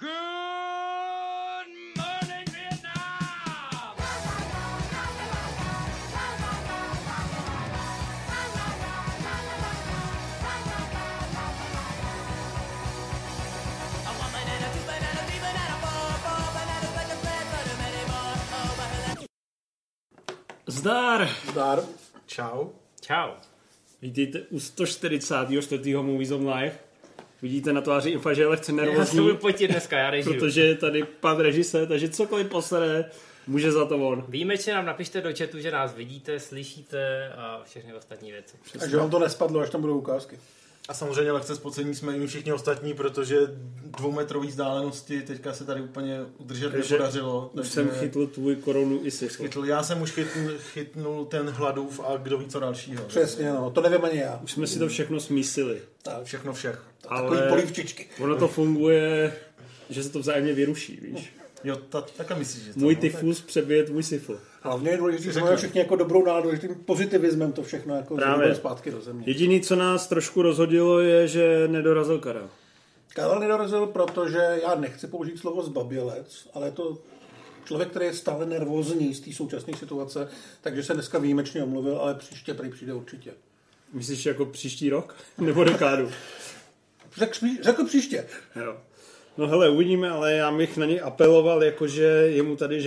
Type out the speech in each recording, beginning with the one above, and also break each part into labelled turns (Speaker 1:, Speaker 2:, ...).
Speaker 1: Good morning, Vietnam!
Speaker 2: Zdar!
Speaker 3: Zdar.
Speaker 4: Čau.
Speaker 2: Čau. Vítejte u 144. Movies on Live. Vidíte na tváři Infa, že je lehce nervózní.
Speaker 4: Já se budu potit dneska, já režiju.
Speaker 2: Protože je tady pan režisér, takže cokoliv posede, může za to on.
Speaker 4: Výjimečně nám napište do chatu, že nás vidíte, slyšíte a všechny ostatní věci.
Speaker 3: Takže vám to nespadlo, až tam budou ukázky.
Speaker 5: A samozřejmě lehce spocení jsme i všichni ostatní, protože 2metrový vzdálenosti teďka se tady úplně udržet nepodařilo.
Speaker 2: Už jsem chytl tvůj korunu i si.
Speaker 5: Já jsem už chytnul ten hladův a kdo ví co dalšího.
Speaker 3: Přesně, no, to nevím ani já.
Speaker 2: Už jsme si to všechno smísili.
Speaker 3: Tak.
Speaker 5: Všechno všech.
Speaker 3: Takový polívčičky.
Speaker 2: Ono to funguje, že se to vzájemně vyruší, víš.
Speaker 5: Jo, takhle myslíš, že to...
Speaker 2: Můj tyfus přebije tvůj syfl.
Speaker 3: Hlavně je důležité, že máme všichni jako dobrou náladu, že tím pozitivismem to všechno jako
Speaker 2: právě
Speaker 3: zpátky do země.
Speaker 2: Jediný, co nás trošku rozhodilo, je, že nedorazil Karel.
Speaker 3: Karel nedorazil, protože já nechci použít slovo zbabělec, ale je to člověk, který je stále nervózní z té současné situace, takže se dneska výjimečně omluvil, ale příště prý přijde určitě.
Speaker 2: Myslíš jako příští rok? Nebo dekádu?
Speaker 3: Řekl příště.
Speaker 2: Jo. No hele, uvidíme, ale já bych na něj apeloval, jakože jemu tady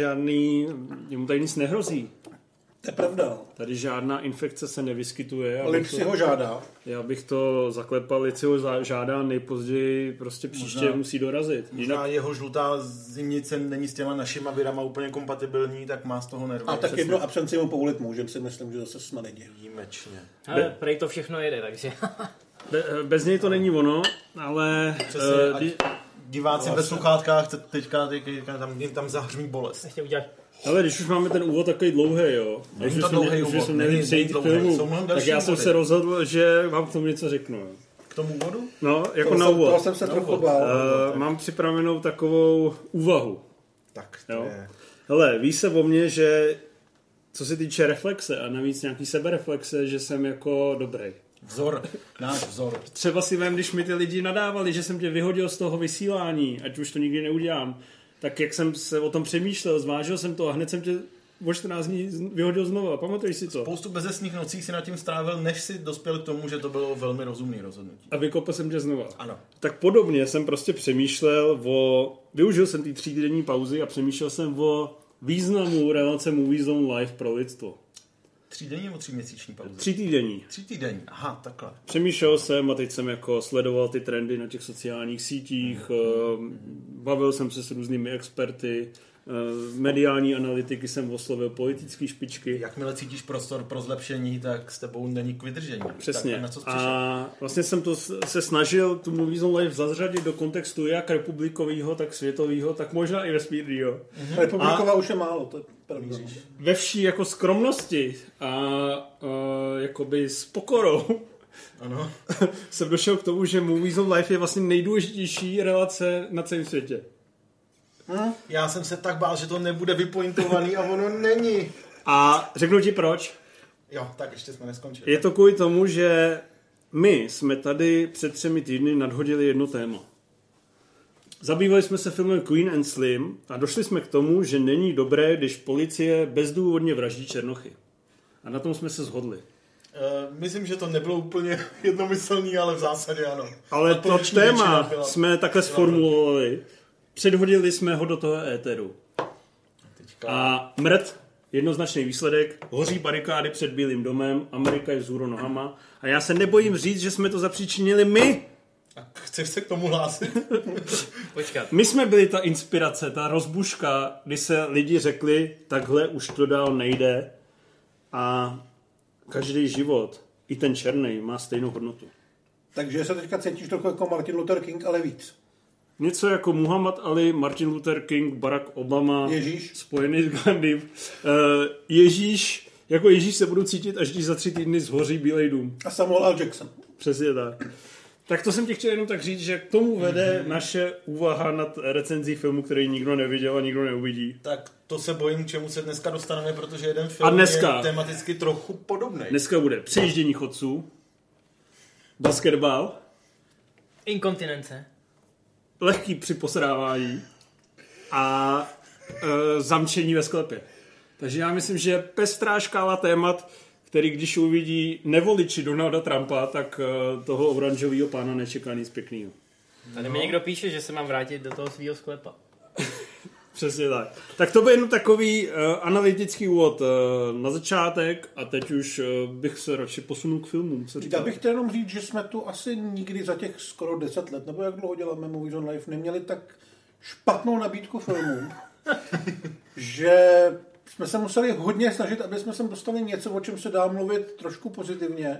Speaker 2: nic nehrozí.
Speaker 3: To je pravda.
Speaker 2: Tady žádná infekce se nevyskytuje.
Speaker 3: Lid si ho žádá.
Speaker 2: Já bych to zaklepal, Lid si ho žádá, nejpozději prostě příště musí dorazit.
Speaker 5: Jinak jeho žlutá zimnice není s těma našima virama úplně kompatibilní, tak má z toho nervy.
Speaker 3: A tak jednu absenci mu povolit můžem, si myslím, že zase snad není.
Speaker 5: Výjimečně.
Speaker 4: Ale prej to všechno jede, takže...
Speaker 2: Bez něj to není ono, ale...
Speaker 5: Diváci ve sluchátkách teďka tam zahřmí bolest.
Speaker 4: Ještě udělat...
Speaker 2: Ale když už máme ten úvod takový dlouhý, jo.
Speaker 5: Není to dlouhý úvod, není dlouhý.
Speaker 2: Tak já jsem se rozhodl, že vám k tomu něco řeknu. Jo.
Speaker 5: K tomu úvodu?
Speaker 2: No, jako na úvod.
Speaker 3: To jsem se trochu bál.
Speaker 2: Mám připravenou takovou úvahu.
Speaker 5: Tak to
Speaker 2: jo.
Speaker 5: je...
Speaker 2: Hele, ví se o mně, že co se týče reflexe a navíc nějaký sebereflexe, že jsem jako dobrý.
Speaker 5: Náš vzor.
Speaker 2: Třeba si vem, když mi ty lidi nadávali, že jsem tě vyhodil z toho vysílání, ať už to nikdy neudělám, tak jak jsem se o tom přemýšlel, zvážil jsem to a hned jsem tě o 14 dní vyhodil znova. Pamatuješ si to?
Speaker 5: Spoustu bezesných nocí si nad tím strávil, než si dospěl k tomu, že to bylo velmi rozumný rozhodnutí.
Speaker 2: A vykopl jsem tě znova.
Speaker 5: Ano.
Speaker 2: Tak podobně jsem prostě přemýšlel využil jsem ty 3týdenní pauzy a přemýšlel jsem o významu relace Movies on Live pro lidstvo.
Speaker 5: 3denní nebo 3měsíční pauzy?
Speaker 2: 3týdenní.
Speaker 5: 3týdenní, aha, takhle.
Speaker 2: Přemýšlel jsem a teď jsem jako sledoval ty trendy na těch sociálních sítích, bavil jsem se s různými experty, mediální analytiky jsem oslovil, politické špičky.
Speaker 5: Jakmile cítíš prostor pro zlepšení, tak s tebou není k vydržení.
Speaker 2: Přesně.
Speaker 5: Tak,
Speaker 2: a vlastně jsem to se snažil tu Movies on Live zařadit do kontextu jak republikového, tak světového, tak možná i vesmírného.
Speaker 3: Republiková už je málo, to je pravda.
Speaker 2: Ve vší jako skromnosti a jakoby s pokorou
Speaker 5: ano.
Speaker 2: jsem došel k tomu, že Movies on Live je vlastně nejdůležitější relace na celém světě.
Speaker 5: Já jsem se tak bál, že to nebude vypointovaný a ono není.
Speaker 2: A řeknu ti proč.
Speaker 5: Jo, tak ještě jsme neskončili.
Speaker 2: Je to kvůli tomu, že my jsme tady před 3 týdny nadhodili jedno téma. Zabývali jsme se filmem Queen and Slim a došli jsme k tomu, že není dobré, když policie bezdůvodně vraždí černochy. A na tom jsme se shodli.
Speaker 5: Myslím, že to nebylo úplně jednomyslný, ale v zásadě ano.
Speaker 2: Ale to téma jsme takhle sformulovali. Předhodili jsme ho do toho éteru. A jednoznačný výsledek, hoří barikády před Bílým domem, Amerika je vzhůru nohama a já se nebojím říct, že jsme to zapříčinili my.
Speaker 5: A chceš se k tomu hlásit?
Speaker 4: Počkat.
Speaker 2: My jsme byli ta inspirace, ta rozbuška, kdy se lidi řekli, takhle už to dál nejde a každý život, i ten černý, má stejnou hodnotu.
Speaker 3: Takže se teďka cítíš trochu jako Martin Luther King, ale víc.
Speaker 2: Něco jako Muhammad Ali, Martin Luther King, Barack Obama,
Speaker 3: Ježíš.
Speaker 2: Spojený s Gandhi. Ježíš, jako Ježíš se budu cítit, až když za 3 týdny zhoří Bílej dům.
Speaker 3: A Samuel L. Jackson.
Speaker 2: Přesně tak. Tak to jsem ti chtěl jenom tak říct, že k tomu vede naše úvaha nad recenzí filmu, který nikdo neviděl a nikdo neuvidí.
Speaker 5: Tak to se bojím, čemu se dneska dostaneme, protože jeden film je tematicky trochu podobný.
Speaker 2: Dneska bude Přejíždění chodců, basketbal,
Speaker 4: Inkontinence.
Speaker 2: lehký při posrávání a zamčení ve sklepě. Takže já myslím, že pestrá škála témat, který když uvidí nevoliči Donalda Trumpa, tak toho oranžového pána nečeká nic pěknýho.
Speaker 4: Tady mi někdo píše, že se mám vrátit do toho svého sklepa.
Speaker 2: Přesně tak. Tak to byl jenom takový analytický úvod na začátek a teď už bych se radši posunul k filmům.
Speaker 3: Já bych chtěl jenom říct, že jsme tu asi nikdy za těch skoro 10 let, nebo jak dlouho děláme Movies on Live, neměli tak špatnou nabídku filmů, že jsme se museli hodně snažit, aby jsme sem dostali něco, o čem se dá mluvit trošku pozitivně,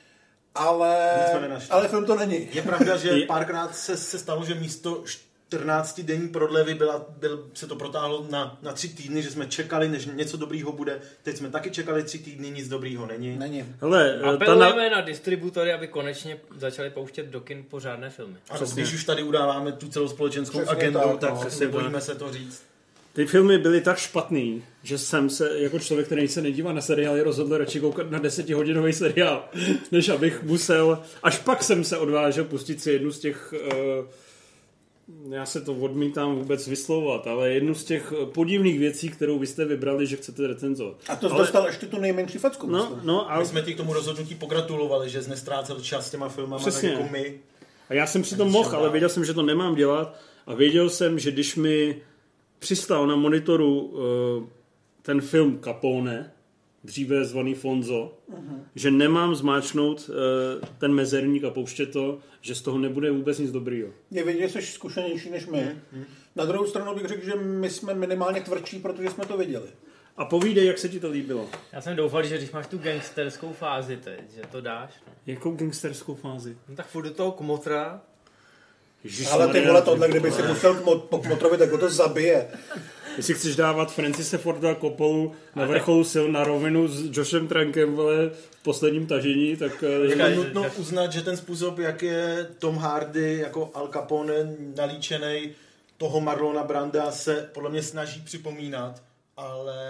Speaker 3: ale film to není.
Speaker 5: Je pravda, že párkrát se stalo, že místo 14denní prodlevy se to protáhlo na 3 týdny, že jsme čekali, než něco dobrýho bude. Teď jsme taky čekali 3 týdny, nic dobrýho není.
Speaker 2: Hele,
Speaker 4: apelujeme na distributory, aby konečně začali pouštět do kin pořádné filmy.
Speaker 5: Ano, když už tady udáváme tu celospolečenskou agendu, tak nebojíme se to říct.
Speaker 2: Ty filmy byly tak špatný, že jsem se jako člověk, který se nedívá na seriály, rozhodl radši koukat na 10hodinový seriál, než abych musel. Až pak jsem se odvážel pustit si jednu z těch, já se to odmítám vůbec vyslovovat, ale jednu z těch podivných věcí, kterou vy jste vybrali, že chcete recenzovat.
Speaker 3: A to dostal ještě tu nejmenší facku.
Speaker 5: My jsme ti k tomu rozhodnutí pogratulovali, že jsi nestrácel čas s těma filmama, tak jako my.
Speaker 2: A já jsem přitom mohl, ale věděl jsem, že to nemám dělat a věděl jsem, že když mi přistál na monitoru ten film Capone, dříve zvaný Fonzo, že nemám zmáčknout ten mezerník a pouštět to, že z toho nebude vůbec nic dobrýho.
Speaker 3: Je vidět, že jsi zkušenější než my. Na druhou stranu bych řekl, že my jsme minimálně tvrdší, protože jsme to viděli.
Speaker 2: A povídej, jak se ti to líbilo.
Speaker 4: Já jsem doufal, že když máš tu gangsterskou fázi teď, že to dáš. No.
Speaker 2: Jakou gangsterskou fázi?
Speaker 4: No tak furt do toho kmotra.
Speaker 3: Ale ty vole, tohle, kdyby si musel po kmotrovi, tak ho to zabije.
Speaker 2: Jestli chceš dávat Francise Forda Coppolu na vrcholu sil na rovinu s Joshem Trankem, vole, v posledním tažení, tak
Speaker 5: je nutno uznat, že ten způsob, jak je Tom Hardy jako Al Capone nalíčenej toho Marlona Branda, se podle mě snaží připomínat, ale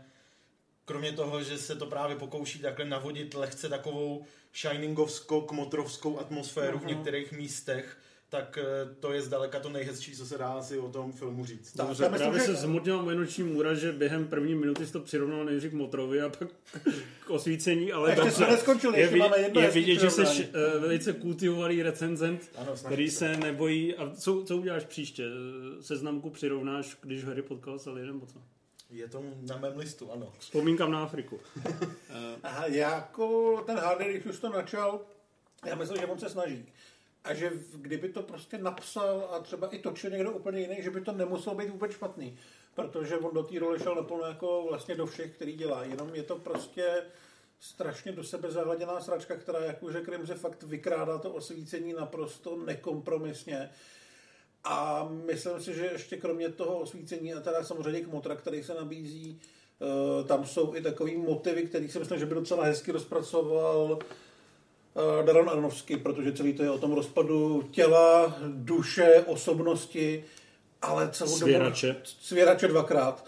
Speaker 5: kromě toho, že se to právě pokouší takhle navodit lehce takovou shiningovsko-kmotrovskou atmosféru v některých místech, tak to je zdaleka to nejhezčí, co se dá asi o tom filmu říct.
Speaker 2: Dobře, právě se zmodnil můj noční můra, že během první minuty jsi to přirovnal nejdřív k Motrovi a pak k osvícení, ale
Speaker 3: ještě jsme neskončili, ještě máme jedno.
Speaker 2: Je vidět, že jsi velice kultivovaný recenzent, který se nebojí. A co uděláš příště? Seznamku přirovnáš, když Harry potkal Sally, nebo co?
Speaker 5: Je to na mém listu, ano.
Speaker 2: Vzpomínkám na Afriku.
Speaker 3: Aha, jako ten Hardy, když už to načal, já myslím, že on se snaží. A že kdyby to prostě napsal a třeba i točil někdo úplně jiný, že by to nemuselo být vůbec špatný. Protože on do té role šel naplno jako vlastně do všech, který dělá. Jenom je to prostě strašně do sebe zahladěná sračka, která, jak už řekl Rimze, fakt vykrádá to osvícení naprosto nekompromisně. A myslím si, že ještě kromě toho osvícení a teda samozřejmě kmotra, který se nabízí, tam jsou i takový motivy, který si myslím, že by docela hezky rozpracoval Darren Aronofsky, protože celý to je o tom rozpadu těla, duše, osobnosti, ale celou svěrače dvakrát.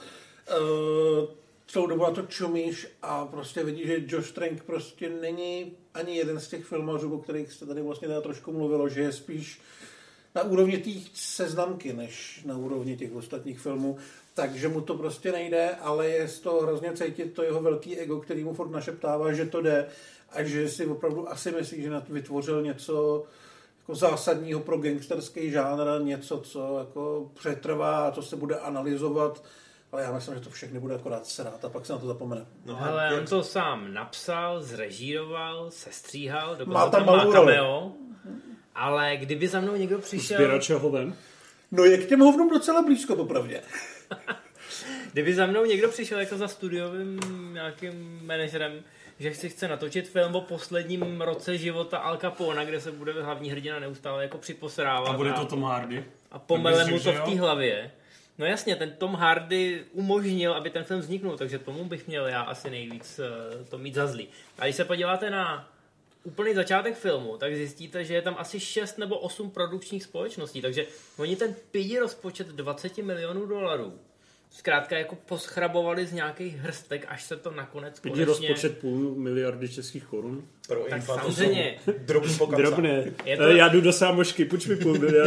Speaker 3: Celou dobu na to čumíš a prostě vidíš, že Josh Trank prostě není ani jeden z těch filmařů, o kterých jste tady vlastně teda trošku mluvilo, že je spíš na úrovni té seznamky, než na úrovni těch ostatních filmů. Takže mu to prostě nejde, ale je z toho hrozně cítit to jeho velký ego, který mu furt našeptává, že to jde a že si opravdu asi myslí, že vytvořil něco jako zásadního pro gangsterský žánr, něco, co jako přetrvá a to se bude analyzovat, ale já myslím, že to všechny bude akorát srát a pak se na to zapomene.
Speaker 4: No, ale on to sám napsal, zrežíroval, sestříhal,
Speaker 3: má tam cameo,
Speaker 4: ale kdyby za mnou někdo přišel...
Speaker 2: Sběrače hovem?
Speaker 3: No je k těm hovnům docela blízko, popravdě.
Speaker 4: Kdyby za mnou někdo přišel jako za studiovým nějakým manažerem, že si chce natočit film o posledním roce života Al Capona, kde se bude hlavní hrdina neustále jako připosrávat.
Speaker 2: A bude to Tom Hardy?
Speaker 4: A pomele mu to v té hlavě. No jasně, ten Tom Hardy umožnil, aby ten film vzniknul, takže tomu bych měl já asi nejvíc to mít za zlý. A když se podíváte na úplný začátek filmu, tak zjistíte, že je tam asi 6 nebo 8 produkčních společností, takže oni ten pidi rozpočet $20 milionů zkrátka jako poschrabovali z nějakých hrstek, až se to nakonec
Speaker 2: konečně... rozpočet $500 miliardy českých korun.
Speaker 5: Pro
Speaker 4: tak samozřejmě.
Speaker 5: Drobný.
Speaker 2: Já jdu do sámošky, půjč mi $500 miliardy.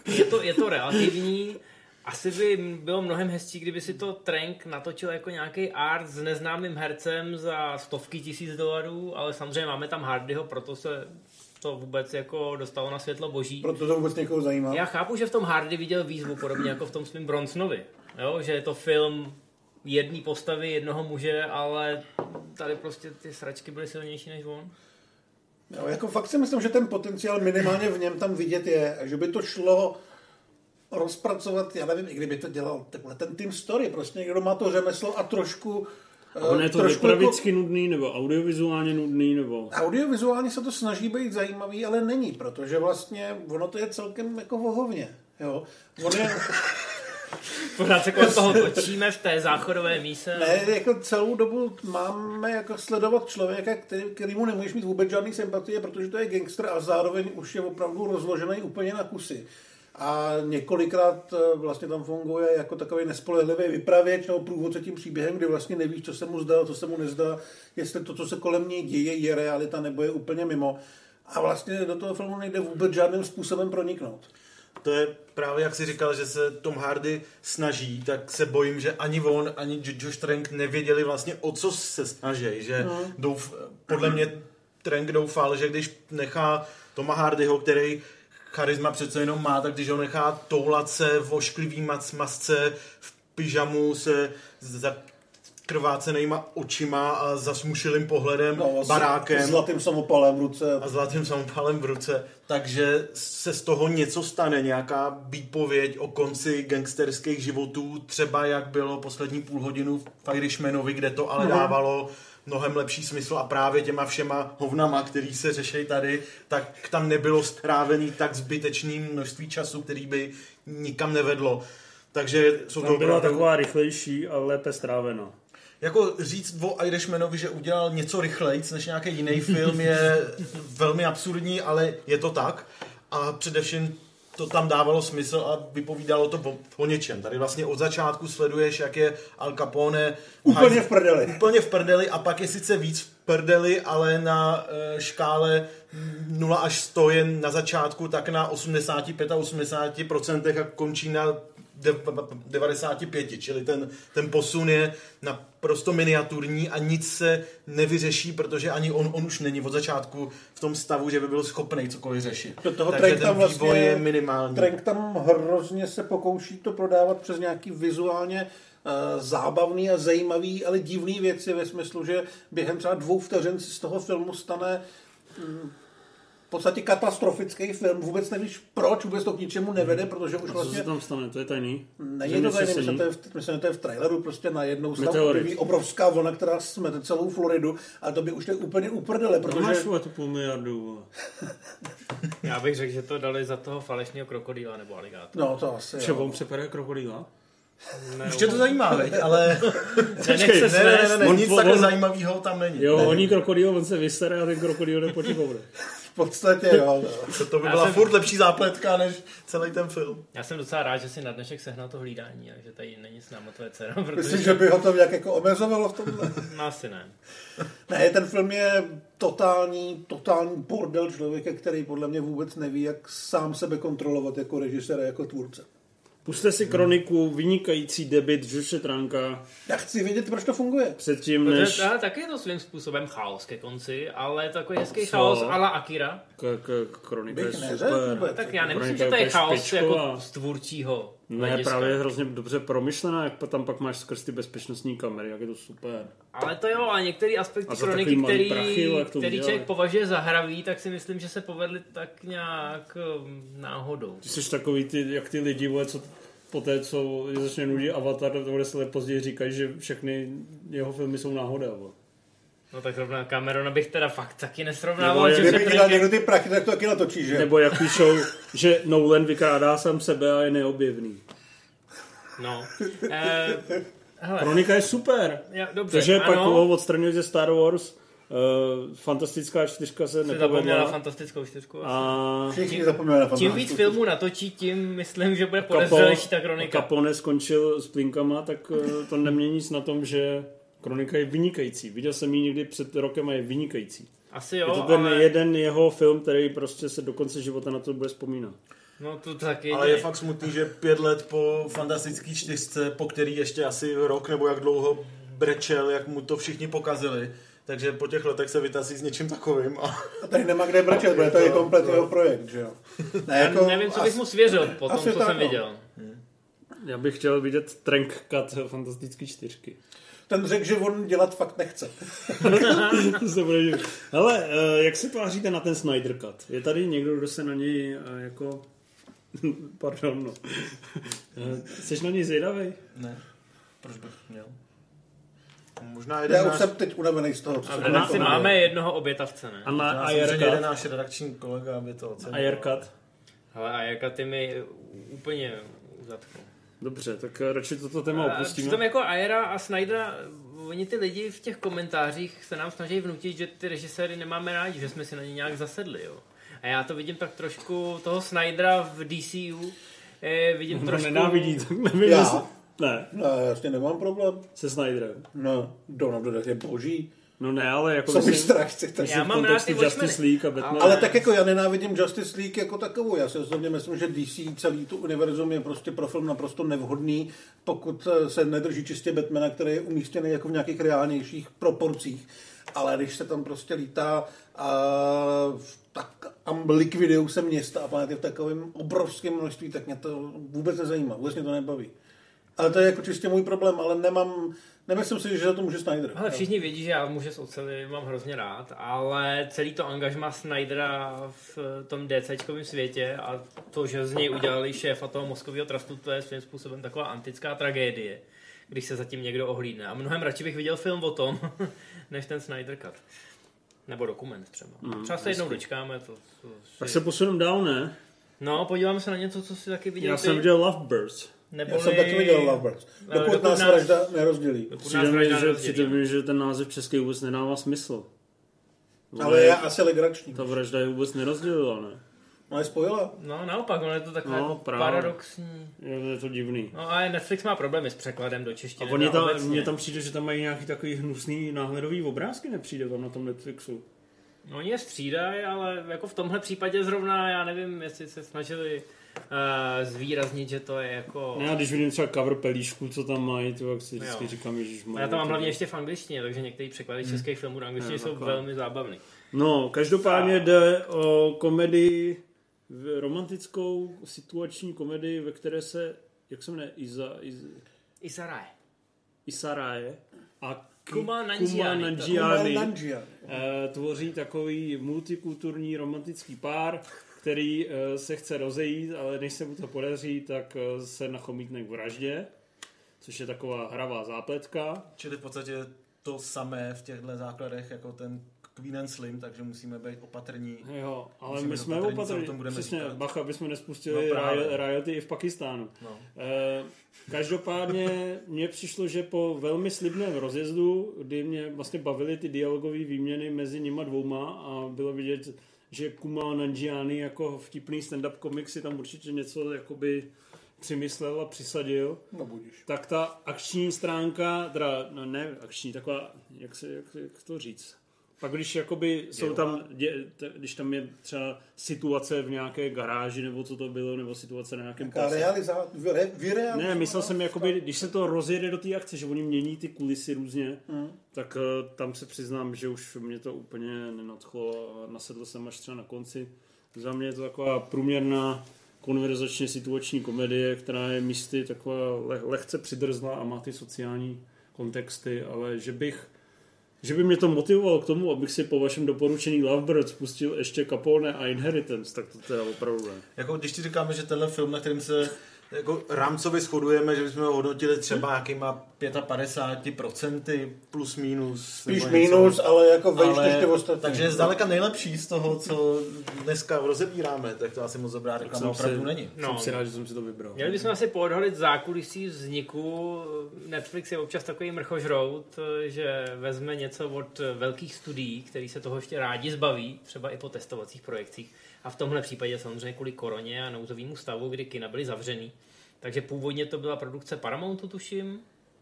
Speaker 4: Je to relativní. Asi by bylo mnohem hezčí, kdyby si to Trank natočil jako nějaký art s neznámým hercem za stovky $1000, ale samozřejmě máme tam Hardyho, proto se to vůbec jako dostalo na světlo boží.
Speaker 3: Proto to vůbec někoho zajímá.
Speaker 4: Já chápu, že v tom Hardy viděl výzvu, podobně jako v tom svým Bronsonovi. Jo? Že je to film jedné postavy, jednoho muže, ale tady prostě ty sračky byly silnější než on.
Speaker 3: No, jako fakt si myslím, že ten potenciál minimálně v něm tam vidět je a že by to šlo rozpracovat, já nevím, i kdyby to dělal ten Team Story, prostě někdo má to řemeslo a trošku...
Speaker 2: On je to vypravicky nudný, nebo audiovizuálně nudný, nebo...
Speaker 3: Audiovizuálně se to snaží být zajímavý, ale není, protože vlastně ono to je celkem jako vohovně, jo. On je...
Speaker 4: Pořád se kolem toho točíme v té záchodové míse.
Speaker 3: Ne, jako celou dobu máme jako sledovat člověka, kterýmu nemůžeš mít vůbec žádný sympatie, protože to je gangster a zároveň už je opravdu rozložený úplně na kusy. A několikrát vlastně tam funguje jako takový nespolehlivý vypravěč nebo průvodce tím příběhem, kdy vlastně nevíš, co se mu zdá, co se mu nezdá, jestli to, co se kolem něj děje, je realita nebo je úplně mimo. A vlastně do toho filmu nejde vůbec žádným způsobem proniknout.
Speaker 5: To je právě, jak jsi říkal, že se Tom Hardy snaží, tak se bojím, že ani on, ani Josh Trank nevěděli vlastně, o co se snaží. Že podle mě Trank doufal, že když nechá Toma Hardyho, který charisma přece jenom má, tak když ho nechá toulat se v ošklivý masce, v pyžamu se zakrvácenýma očima a zasmušilým pohledem, barákem.
Speaker 3: Zlatým samopalem v ruce.
Speaker 5: Takže se z toho něco stane, nějaká výpověď o konci gangsterských životů, třeba jak bylo poslední půl hodinu v Irishmanovi, kde to ale dávalo mnohem lepší smysl a právě těma všema hovnama, který se řeší tady, tak tam nebylo strávený tak zbytečný množství času, který by nikam nevedlo. Takže jsou
Speaker 2: tam byla taková rychlejší a lépe strávena.
Speaker 5: Jako říct o Irishmanovi, že udělal něco rychlejc než nějaký jiný film, je velmi absurdní, ale je to tak. A především to tam dávalo smysl a vypovídalo to o něčem. Tady vlastně od začátku sleduješ, jak je Al Capone
Speaker 3: úplně v prdeli
Speaker 5: a pak je sice víc v prdeli, ale na škále 0 až 100 je na začátku tak na 85% a končí na 95, čili ten posun je naprosto miniaturní a nic se nevyřeší, protože ani on už není od začátku v tom stavu, že by byl schopný cokoliv řešit. Takže ten vývoj je minimální.
Speaker 3: Trank tam hrozně se pokouší to prodávat přes nějaký vizuálně zábavný a zajímavý, ale divný věci ve smyslu, že během třeba 2 vteřin si z toho filmu stane v podstatě katastrofický film. Vůbec nevíš proč, vůbec to k ničemu nevede, protože už vlastně...
Speaker 2: Co se tam stane? To je tajný?
Speaker 3: Není to tajný, myslím, že to je v traileru, prostě najednou se tam objeví obrovská vlna, která smete celou Floridu a to by už to úplně uprdele, protože...
Speaker 2: No máš tu $500 miliardy.
Speaker 4: Já bych řekl, že to dali za toho falešného krokodýla nebo aligátora.
Speaker 3: No to asi,
Speaker 2: jo. On přepere krokodýla?
Speaker 5: Už tě to zajímá, veď, ale... Ne, nic takhle zajímavého tam není.
Speaker 2: Jo, honí krokodýl, on se vysere a ten krokodýl jde po těch obrech.
Speaker 3: V podstatě jo.
Speaker 5: To by byla furt lepší zápletka, než celý ten film.
Speaker 4: Já jsem docela rád, že si na dnešek sehnal to hlídání a že tady není s náma tvoje dcera.
Speaker 3: Myslím, že by ho to nějak jako omezovalo v tomhle?
Speaker 4: No, asi ne.
Speaker 3: Ne, ten film je totální bordel člověka, který podle mě vůbec neví, jak sám sebe kontrolovat jako režisér a jako tvůrce.
Speaker 2: Puste si Kroniku, vynikající debut Joshe Tranka.
Speaker 3: Já chci vědět, proč to funguje.
Speaker 2: Předtím než...
Speaker 4: Taky je to svým způsobem chaos ke konci, ale takový hezký chaos a la Akira.
Speaker 2: Kronika je super.
Speaker 4: Tak já nemyslím, že to je chaos jako z tvůrčího hlediska.
Speaker 2: Ne, právě je hrozně dobře promyšlená, jak tam pak máš skrz ty bezpečnostní kamery, jak je to super.
Speaker 4: Ale to jo, a některé aspekty Kroniky, který člověk považuje za hravý, tak si myslím, že se povedly tak nějak náhodou.
Speaker 2: Ty jsi takový, jak ty lidi, co po té, co je začne nudit Avatar, to se později říkají, že všechny jeho filmy jsou náhoda.
Speaker 4: No tak rovná Camerona bych teda fakt taky nesrovnával.
Speaker 3: Kdyby dělal někdo ty prachy, tak to taky natočí, že?
Speaker 2: Nebo jak píšou, že Nolan vykrádá sám sebe a je neobjevný.
Speaker 4: No.
Speaker 2: Kronika je super.
Speaker 4: Dobře,
Speaker 2: takže pak ho odstranili ze Star Wars. Fantastická 4 se nepovedla.
Speaker 4: Fantastickou 4.
Speaker 3: Všichni zapomněli na
Speaker 4: Tím víc filmů natočí, tím myslím, že bude podezřelejší ta Kronika.
Speaker 2: Capone skončil s plinkama, tak to nemění nic na tom, že Kronika je vynikající. Viděl jsem ji někdy před rokem a je vynikající.
Speaker 4: Asi jo,
Speaker 2: je to ten jeden jeho film, který prostě se do konce života na to bude vzpomínat.
Speaker 4: No to taky
Speaker 5: Ale je fakt smutný, že 5 let po Fantastický 4, po který ještě asi rok nebo jak dlouho brečel, jak mu to všichni pokazili, takže po těch letech se vytasí s něčím takovým. A
Speaker 3: tady nemá kde brečet, protože to je komplet jeho projekt, že jo.
Speaker 4: Ne, jako, nevím, co bych mu svěřil po tom, co jsem viděl.
Speaker 2: Já bych chtěl vidět Trank Cut Fantastický 4.
Speaker 3: Ten řekl, že on dělat fakt nechce.
Speaker 2: To se bude divit. Hele, jak se tváříte na ten Snyder Cut? Je tady někdo, kdo se na něj jako... Pardon, no. Jsi na něj zvědavej?
Speaker 5: Ne. Proč bych měl? Možná
Speaker 3: Já už jsem teď unavený z toho, co
Speaker 4: se nás máme jednoho obětavce, ne?
Speaker 2: A na
Speaker 5: Aircut. Jeden náš redakční kolega by to ocenil.
Speaker 2: Aircut.
Speaker 4: Ale Aircut ty mi úplně zatknou.
Speaker 2: Dobře, tak radši toto téma opustíme.
Speaker 4: Přitom jako Ayera a Snydera, oni ty lidi v těch komentářích se nám snaží vnutit, že ty režiséry nemáme rádi, že jsme si na ně nějak zasedli, jo. A já to vidím tak trošku, toho Snydera v DCU, vidím trošku...
Speaker 2: Nenávidí, tak nevím,
Speaker 3: já?
Speaker 2: Ne.
Speaker 3: No, jasně nemám problém.
Speaker 2: Se Snyderem.
Speaker 3: No, Dawn of the Dead je boží.
Speaker 2: No ne, ale jako...
Speaker 3: Jsem strážci.
Speaker 4: Já mám rád ty
Speaker 2: Justice League a Batman.
Speaker 3: Ale tak jako já nenávidím Justice League jako takovou. Já si osobně myslím, že DC celý tu univerzum je prostě pro film naprosto nevhodný, pokud se nedrží čistě Batmana, který je umístěný jako v nějakých reálnějších proporcích. Ale když se tam prostě lítá tak likvidují se města a planety v takovém obrovském množství, tak mě to vůbec nezajímá. Vůbec mě to nebaví. Ale to je jako čistě můj problém, ale nemyslím si, že za to může Snyder.
Speaker 4: Ale všichni vědí, že já muže z oceli mám hrozně rád, ale celý to angažma Snydera v tom DCčkovém světě a to, že z něj udělali šéfa toho mozkového trustu, to je svým způsobem taková antická tragédie, když se zatím někdo ohlídne. A mnohem radši bych viděl film o tom, než ten Snyder Cut. Nebo dokument třeba. Třeba se jednou dočkáme.
Speaker 2: Tak se posuneme dál, ne?
Speaker 4: No, podíváme se na něco, co si taky viděl.
Speaker 2: Já jsem viděl Lovebirds.
Speaker 3: Já jsem taky viděl Lovebirds. Dokud nás vražda nerozdělí.
Speaker 2: Přijde mi, že ten název český vůbec nedává smysl.
Speaker 3: Ale je asi legrační.
Speaker 2: Ta vražda je vůbec nerozdělila, ne?
Speaker 3: No je spojila.
Speaker 4: No naopak, ono je to takové jako paradoxní.
Speaker 2: Je to divný.
Speaker 4: No a Netflix má problémy s překladem do češtiny.
Speaker 2: A mně tam přijde, že tam mají nějaký takový hnusný náhledový obrázky, nepřijde vám na tom Netflixu.
Speaker 4: No oni je střídají, ale jako v tomhle případě zrovna, já nevím, jestli se snažili zvýraznit, že to je jako...
Speaker 2: Ne, když vidím třeba cover pelíšku, co tam mají, to jak si vždycky říkám, ježišmarja.
Speaker 4: Já to mám hlavně ještě v angličtině, takže některé překlady českých filmů do angličtiny jsou velmi zábavný.
Speaker 2: No, každopádně jde o komedii, romantickou situační komedii, ve které se, jak se jmenuje, Isarae a Kumail Nanjiani tvoří takový multikulturní romantický pár, který se chce rozejít, ale než se mu to podaří, tak se nachomítne k vraždě, což je taková hravá zápletka.
Speaker 5: Čili v podstatě to samé v těchto základech jako ten Queen and Slim, takže musíme být opatrní.
Speaker 2: Jo, ale my jsme opatrní. Přesně, bacha, aby jsme nespustili rioty i v Pakistánu. No. Každopádně mně přišlo, že po velmi slibném rozjezdu, kdy mě vlastně bavily ty dialogové výměny mezi nima dvouma a bylo vidět, že Kumail Nanjiani jako vtipný stand-up komik si tam určitě něco jakoby přimyslel a přisadil.
Speaker 3: No budíš.
Speaker 2: Tak ta akční stránka, teda ne akční, taková, jak to říct. Pak když jakoby jsou tam, když tam je třeba situace v nějaké garáži, nebo co to bylo, nebo situace na nějakém pase. Ne, myslel jsem jakoby, když se to rozjede do té akce, že oni mění ty kulisy různě, tak tam se přiznám, že už mě to úplně nenadchlo a nasedl jsem až třeba na konci. Za mě je to taková průměrná konverzačně situační komedie, která je místy taková lehce přidrzlá a má ty sociální kontexty, ale že by mě to motivovalo k tomu, abych si po vašem doporučení Lovebirds pustil ještě Capone a Inheritance, tak to teda opravdu ne.
Speaker 5: Jako když ti říkáme, že tenhle film, na kterým se jako rámcově shodujeme, že bychom ho hodnotili třeba nějakýma 55% plus minus.
Speaker 3: Spíš minus, ale jako vejš než ty ostatní.
Speaker 5: Takže je zdaleka nejlepší z toho, co dneska rozebíráme, tak to asi moc dobrá reklama opravdu není.
Speaker 2: Jsem si rád, že jsem si to vybral.
Speaker 4: Měli bychom asi poodhalit zákulisí vzniku. Netflix je občas takový mrchožrout, že vezme něco od velkých studií, který se toho ještě rádi zbaví, třeba i po testovacích projekcích. A v tomhle případě samozřejmě kvůli koroně a nouzovému stavu, kdy kina byly zavřený. Takže původně to byla produkce Paramountu, tuším.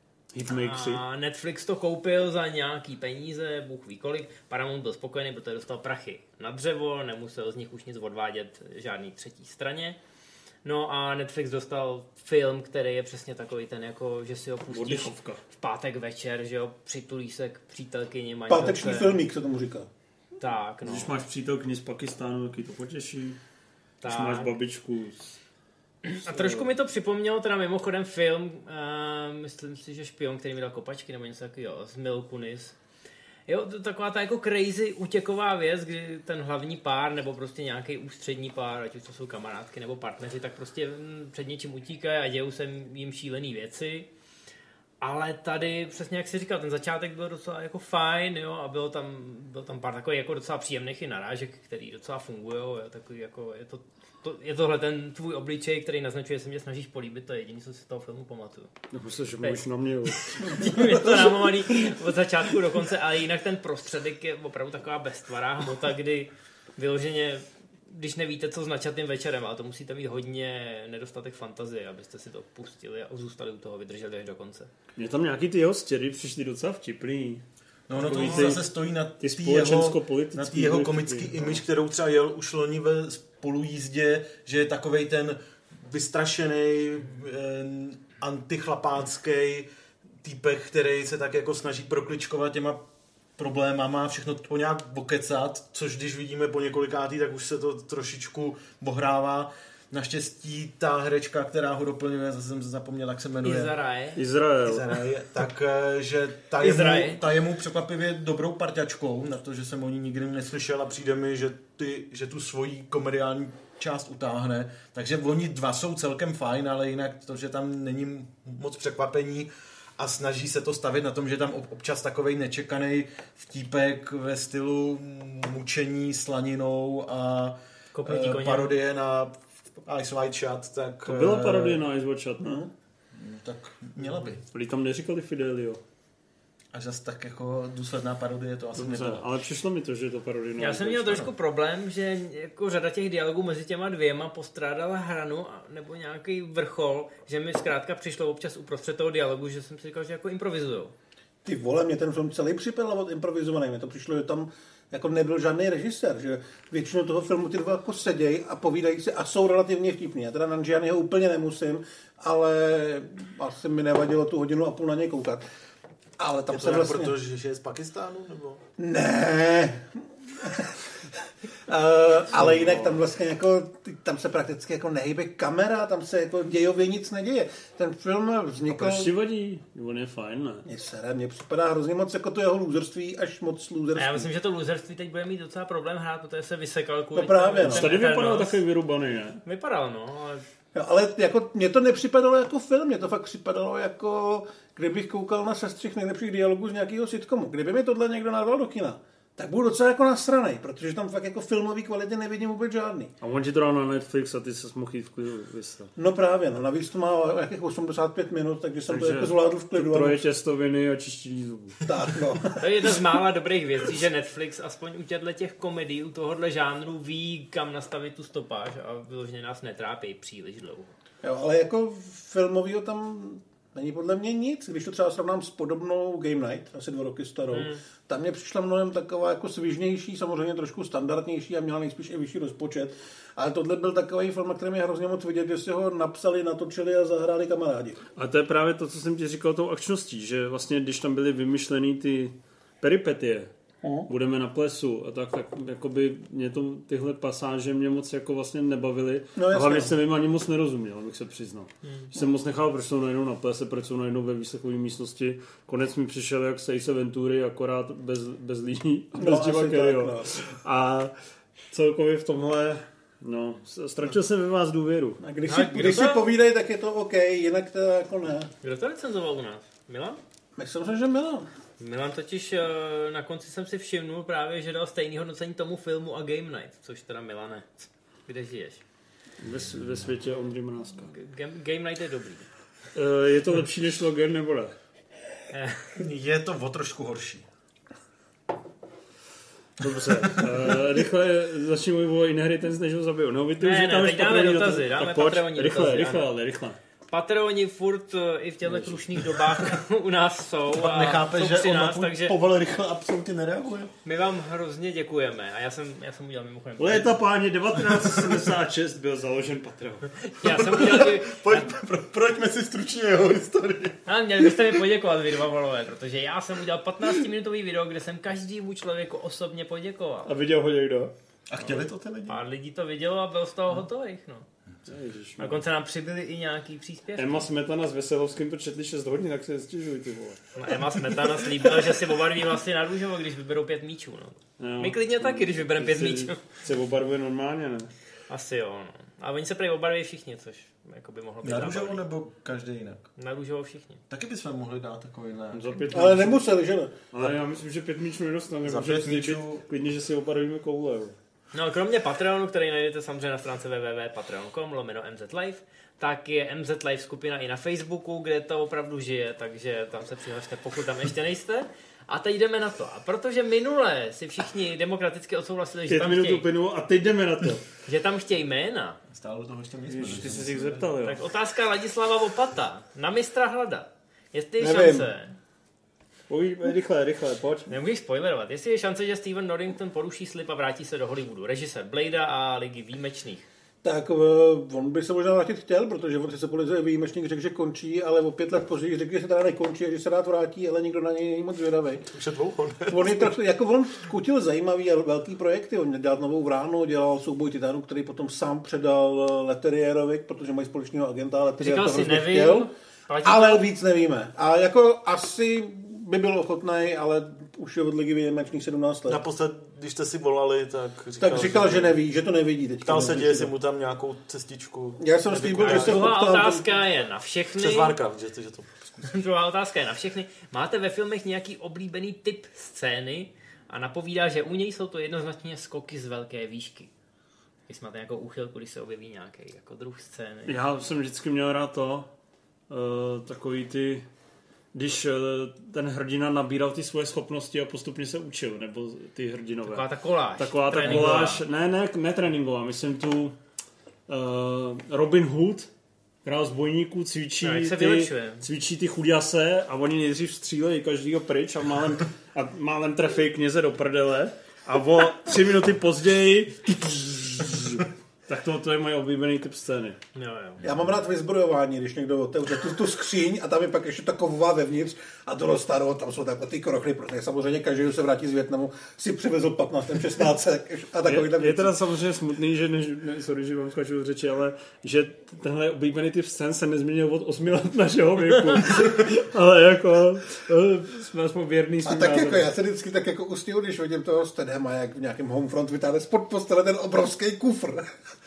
Speaker 4: A Netflix to koupil za nějaký peníze, Bůh ví kolik. Paramount byl spokojený, protože dostal prachy na dřevo, nemusel z nich už nic odvádět žádný třetí straně. No a Netflix dostal film, který je přesně takový ten, jako, že si ho pustíš
Speaker 2: Oddychovka.
Speaker 4: v pátek večer, že jo, přitulíš se k přítelkyni, manželce.
Speaker 3: Páteční filmík se tomu říká.
Speaker 4: Tak, no.
Speaker 2: Když máš přítelkyni z Pakistánu, taky to potěší. Když máš
Speaker 4: Tak.
Speaker 2: babičku
Speaker 4: A trošku mi to připomnělo teda mimochodem film, myslím si, že Špion, který mi dal kopačky, nebo něco takového, z Mil Kunis. Jo, to taková ta jako crazy útěková věc, kdy ten hlavní pár, nebo prostě nějaký ústřední pár, ať už to jsou kamarádky nebo partneři, tak prostě před něčím utíkají a dějou se jim šílený věci. Ale tady, přesně jak jsi říkal, ten začátek byl docela jako fajn, jo, a byl tam pár takových jako docela příjemných i narážek, který docela fungují, jo, takový jako, je tohle ten tvůj obličej, který naznačuje, že se mě snažíš políbit, to je jediný, co si z toho filmu pamatuju.
Speaker 2: Myslím, že mluvíš na mě.
Speaker 4: Je to námovaný od začátku do konce, ale jinak ten prostředek je opravdu taková beztvará hmota, kdy vyloženě, když nevíte, co s načatým večerem, ale to musíte mít hodně nedostatek fantazie, abyste si to pustili a zůstali u toho, vydrželi až do konce.
Speaker 2: Mě tam nějaký ty jeho stěry přišli docela vtipný.
Speaker 5: No, to
Speaker 2: ty-
Speaker 5: zase stojí na
Speaker 2: ty
Speaker 5: té jeho
Speaker 2: společensko-politický
Speaker 5: komický image, kterou třeba jel už loni ve spolujízdě, že je takovej ten vystrašený, antichlapácký týpek, který se tak jako snaží prokličkovat těma problémama, všechno to nějak bokecat, což když vidíme po několikátý, tak už se to trošičku bohrává. Naštěstí ta herečka, která ho doplňuje, zase jsem zapomněl, jak se jmenuje.
Speaker 2: Izrael.
Speaker 5: Tak, že ta je mu překvapivě dobrou parťačkou, na to, že jsem o ní nikdy neslyšel a přijde mi, že tu svoji komediální část utáhne. Takže oni dva jsou celkem fajn, ale jinak to, že tam není moc překvapení a snaží se to stavit na tom, že tam občas takovej nečekaný vtípek ve stylu mučení slaninou a parodie na Ice White Shut, tak...
Speaker 2: To byla parodie na Ice White Shut, ne?
Speaker 5: Tak měla by.
Speaker 2: Byli tam neříkali Fidelio.
Speaker 5: Až zase tak jako důsledná parodie to asi nebyla.
Speaker 2: Ale přišlo mi to, že je to parodie na
Speaker 4: Já jsem měl trošku problém, že jako řada těch dialogů mezi těma dvěma postrádala hranu nebo nějaký vrchol, že mi zkrátka přišlo občas uprostřed toho dialogu, že jsem si říkal, že jako improvizujou.
Speaker 3: Ty vole, mě ten film celý připadal od improvizovaný. Mně to přišlo, že tam jako nebyl žádný režisér, že většinu toho filmu ty dva jako sedějí a povídají si a jsou relativně vtipní. Já teda na Gianniho úplně nemusím, ale asi mi nevadilo tu 1,5 hodiny na něj koukat. Ale tam
Speaker 5: je to
Speaker 3: se vlastně...
Speaker 5: protože je z Pakistánu, nebo?
Speaker 3: Ne. Ale jinak tam vlastně jako, tam se prakticky jako nehýbe kamera, tam se jako dějově nic neděje. Ten film vznikl...
Speaker 2: A proč ti vadí? On je fajn, ne?
Speaker 3: Mně připadá hrozně moc jako to jeho loserství, až moc loserství.
Speaker 4: A já myslím, že to loserství teď bude mít docela problém hrát, protože se vysekal kvůli...
Speaker 3: To právě, no.
Speaker 2: Tady vypadal takový vyrubaný, ne?
Speaker 4: Vypadal, no, ale...
Speaker 3: Jo, ale jako, mně to nepřipadalo jako film, mně to fakt připadalo jako, kdybych koukal na sestřih nejlepších dialogů z nějakého sitcomu. Kdyby mi tohle někdo narval do kina, tak budu docela jako nasranej, protože tam fakt jako filmový kvality nevidím vůbec žádný.
Speaker 2: A on ti to dal na Netflix a ty se mohl jít v klidu vysrat.
Speaker 3: No právě, no, navíc to má jakých 85 minut, takže jsem to jako zvládl v klidu.
Speaker 2: Troje těstoviny a čištění zubů.
Speaker 3: Tak, no.
Speaker 4: To je jedna z mála dobrých věcí, že Netflix aspoň u těch komedií, u tohohle žánru ví, kam nastavit tu stopáž a vyloženě nás netrápí příliš dlouho.
Speaker 3: Jo, ale jako filmovýho tam není podle mě nic. Když to třeba srovnám s podobnou Game Night, asi 2 roky starou, tam mě přišla mnohem taková jako svižnější, samozřejmě trošku standardnější a měla nejspíš i vyšší rozpočet. Ale tohle byl takový film, na kterém je hrozně moc vidět, že si ho napsali, natočili a zahráli kamarádi.
Speaker 2: A to je právě to, co jsem ti říkal tou akčností, že vlastně když tam byly vymyšlený ty peripetie, budeme na plesu a tak jakoby mě to, tyhle pasáže mě moc jako vlastně nebavily. No, a hlavně jsem jim ani moc nerozuměl, abych se přiznal. Jsem moc nechal, proč jsou najednou na plese, proč jsou najednou ve výslechové místnosti. Konec mi přišel jak z Ace Ventury, akorát bez lidí a bez divakeryho. No. A celkově v tomhle, no, ztratil jsem ve vás důvěru.
Speaker 3: A když si povídají, tak je to OK, jinak to jako ne.
Speaker 4: Kdo to recenzoval u nás? Milan?
Speaker 3: Myslím si, že Milan.
Speaker 4: Milan totiž na konci jsem si všimnul právě, že dal stejný hodnocení tomu filmu a Game Night, což teda Milane, kde žiješ?
Speaker 2: Ve světě Ondry Mrázka.
Speaker 4: Game Night je dobrý.
Speaker 2: Je to lepší než Logan, nebo ne?
Speaker 5: Je to o trošku horší.
Speaker 2: Dobře, rychle začni mluvit o Inheritance, než ho zabiju. No,
Speaker 4: ne, teď dáme dotazy, dáme Patreonní dotazy.
Speaker 2: Rychle.
Speaker 4: Patreoni furt i v těchto krušných dobách u nás jsou a
Speaker 5: nechápe,
Speaker 4: jsou
Speaker 5: že
Speaker 4: při
Speaker 5: on
Speaker 4: nás,
Speaker 5: na
Speaker 4: takže
Speaker 5: povel rychle absolutně nereaguje.
Speaker 4: my vám hrozně děkujeme a já jsem udělal mimochodem.
Speaker 2: Léta páně 1976 byl založen Patreon.
Speaker 4: Já jsem udělal
Speaker 5: Proďme si stručně jeho historii.
Speaker 4: a měli byste mi poděkovat vy dva volové, protože já jsem udělal 15-minutový video, kde jsem každému člověku osobně poděkoval.
Speaker 2: A viděl ho někdo?
Speaker 5: A chtěli to ty lidi?
Speaker 4: Pár lidí to vidělo a byl z toho hotových, no.
Speaker 2: Ježišmar.
Speaker 4: Dokonce nám přibyli i nějaký příspěvky.
Speaker 2: Emma Smetana s Veselovským to četli 6 hodin, tak se stěžuj, ty vole.
Speaker 4: No, Emma Smetana slíbila, že si obarví vlastně na růžovo, když vyberou 5 míčů, no.
Speaker 2: Jo.
Speaker 4: My klidně taky, když vybereme 5 míčů.
Speaker 2: Se obarvuje normálně, ne?
Speaker 4: Asi jo, no. A oni se prý obarví všichni, což jako by mohlo být
Speaker 5: Na růžovou
Speaker 4: zábavný.
Speaker 5: nebo každý jinak?
Speaker 4: Na růžovo všichni.
Speaker 5: Taky bychom mohli dát takový ne.
Speaker 2: Za 5
Speaker 3: Ale
Speaker 2: míčů.
Speaker 3: nemuseli, že ne?
Speaker 2: Ale já myslím, že 5 míčů nedostane.
Speaker 5: Za
Speaker 2: Může
Speaker 5: 5
Speaker 2: slíbit
Speaker 5: míčů-
Speaker 2: klidně, že si obarvíme koule. Jo.
Speaker 4: No kromě Patreonu, který najdete samozřejmě na stránce www.patreon.com/mzlive, tak je MZ Live skupina i na Facebooku, kde to opravdu žije, takže tam se přihlašte, pokud tam ještě nejste. A teď jdeme na to. A protože minule si všichni demokraticky odsouhlasili, že
Speaker 2: 5
Speaker 4: tam,
Speaker 2: minut
Speaker 4: chtějí,
Speaker 2: uplynulo a teď jdeme na to.
Speaker 4: že tam chtějí jména,
Speaker 5: Stále toho ještě nejsme.
Speaker 2: Ježiš, ty jsi si jich zeptal, jo.
Speaker 4: tak otázka Ladislava Vopata na mistra Hlada. Jestli je
Speaker 3: Nevím.
Speaker 4: šance,
Speaker 2: Rychle, pojď.
Speaker 4: nemůžeš spoilerovat, jestli je šance, že Steven Norrington poruší slib a vrátí se do Hollywoodu. Režisér Bladea a Ligy výjimečných.
Speaker 3: Tak on by se možná vrátit chtěl, protože on se politice výjimečník řekl, že končí, ale o 5 let později řekl, že se teda nekončí a že se rád vrátí, ale nikdo na něj není moc zvědavý.
Speaker 5: Už je dlouho, ne?
Speaker 3: On je trochu, jako on kutil zajímavý a velký projekty, on dělal Novou vránu, dělal Souboj titánů, který potom sám předal Leterrierovi, protože mají společného agenta, Leterrier
Speaker 4: Říkal
Speaker 3: to
Speaker 4: si
Speaker 3: hrozně
Speaker 4: nevím,
Speaker 3: chtěl,
Speaker 4: platí
Speaker 3: ale
Speaker 4: to?
Speaker 3: víc nevíme. A jako asi by byl ochotnej, ale už je od Ligy výjimečných 17 let.
Speaker 5: Naposled, když jste si volali, tak
Speaker 3: Říkal, že neví, že to nevidí teď.
Speaker 5: Ptal se tě, jestli mu tam nějakou cestičku...
Speaker 3: Já jsem slíbil, že se
Speaker 4: Druhá
Speaker 3: optal-
Speaker 4: otázka je na všechny.
Speaker 5: Přes Warcraft, že to...
Speaker 4: Druhá otázka je na všechny. Máte ve filmech nějaký oblíbený typ scény a napovídá, že u něj jsou to jednoznačně skoky z velké výšky. Když máte nějakou úchylku, když se objeví nějaký jako druh scény.
Speaker 2: Já jsem vždycky měl rád to, takový ty, když ten hrdina nabíral ty svoje schopnosti a postupně se učil, nebo ty hrdinové.
Speaker 4: Taková ta koláž.
Speaker 2: Taková ta
Speaker 4: tréninková.
Speaker 2: koláž, ne tréninková, myslím tu Robin Hood, král zbojníků,
Speaker 4: No, jak se vylepšuje.
Speaker 2: cvičí ty chudiase a oni nejdřív střílejí každýho pryč a málem trefej kněze do prdele a o 3 minuty později tak to je můj oblíbený typ scény.
Speaker 4: Jo.
Speaker 3: Já mám rád vyzbrojování, když někdo otevře tu skříň a tam je pak ještě taková vevnitř a to starou, tam jsou takové ty krochly, protože samozřejmě každý, kdo se vrátí z Vietnamu, si přivezl 15, 16 a takovýhle
Speaker 2: Je teda samozřejmě smutný, že sorry, že vám skáču do řeči, ale že tenhle oblíbený typ scén se nezměnil od 8 let našeho věku. Ale jako jsme aspoň věrný
Speaker 3: A
Speaker 2: svým
Speaker 3: tak
Speaker 2: názorem.
Speaker 3: jako já se vždycky tak jako ustěju, když vidím toho Stedhama, jak v nějakém Homefront vytáhne spod postele ten obrovský kufr.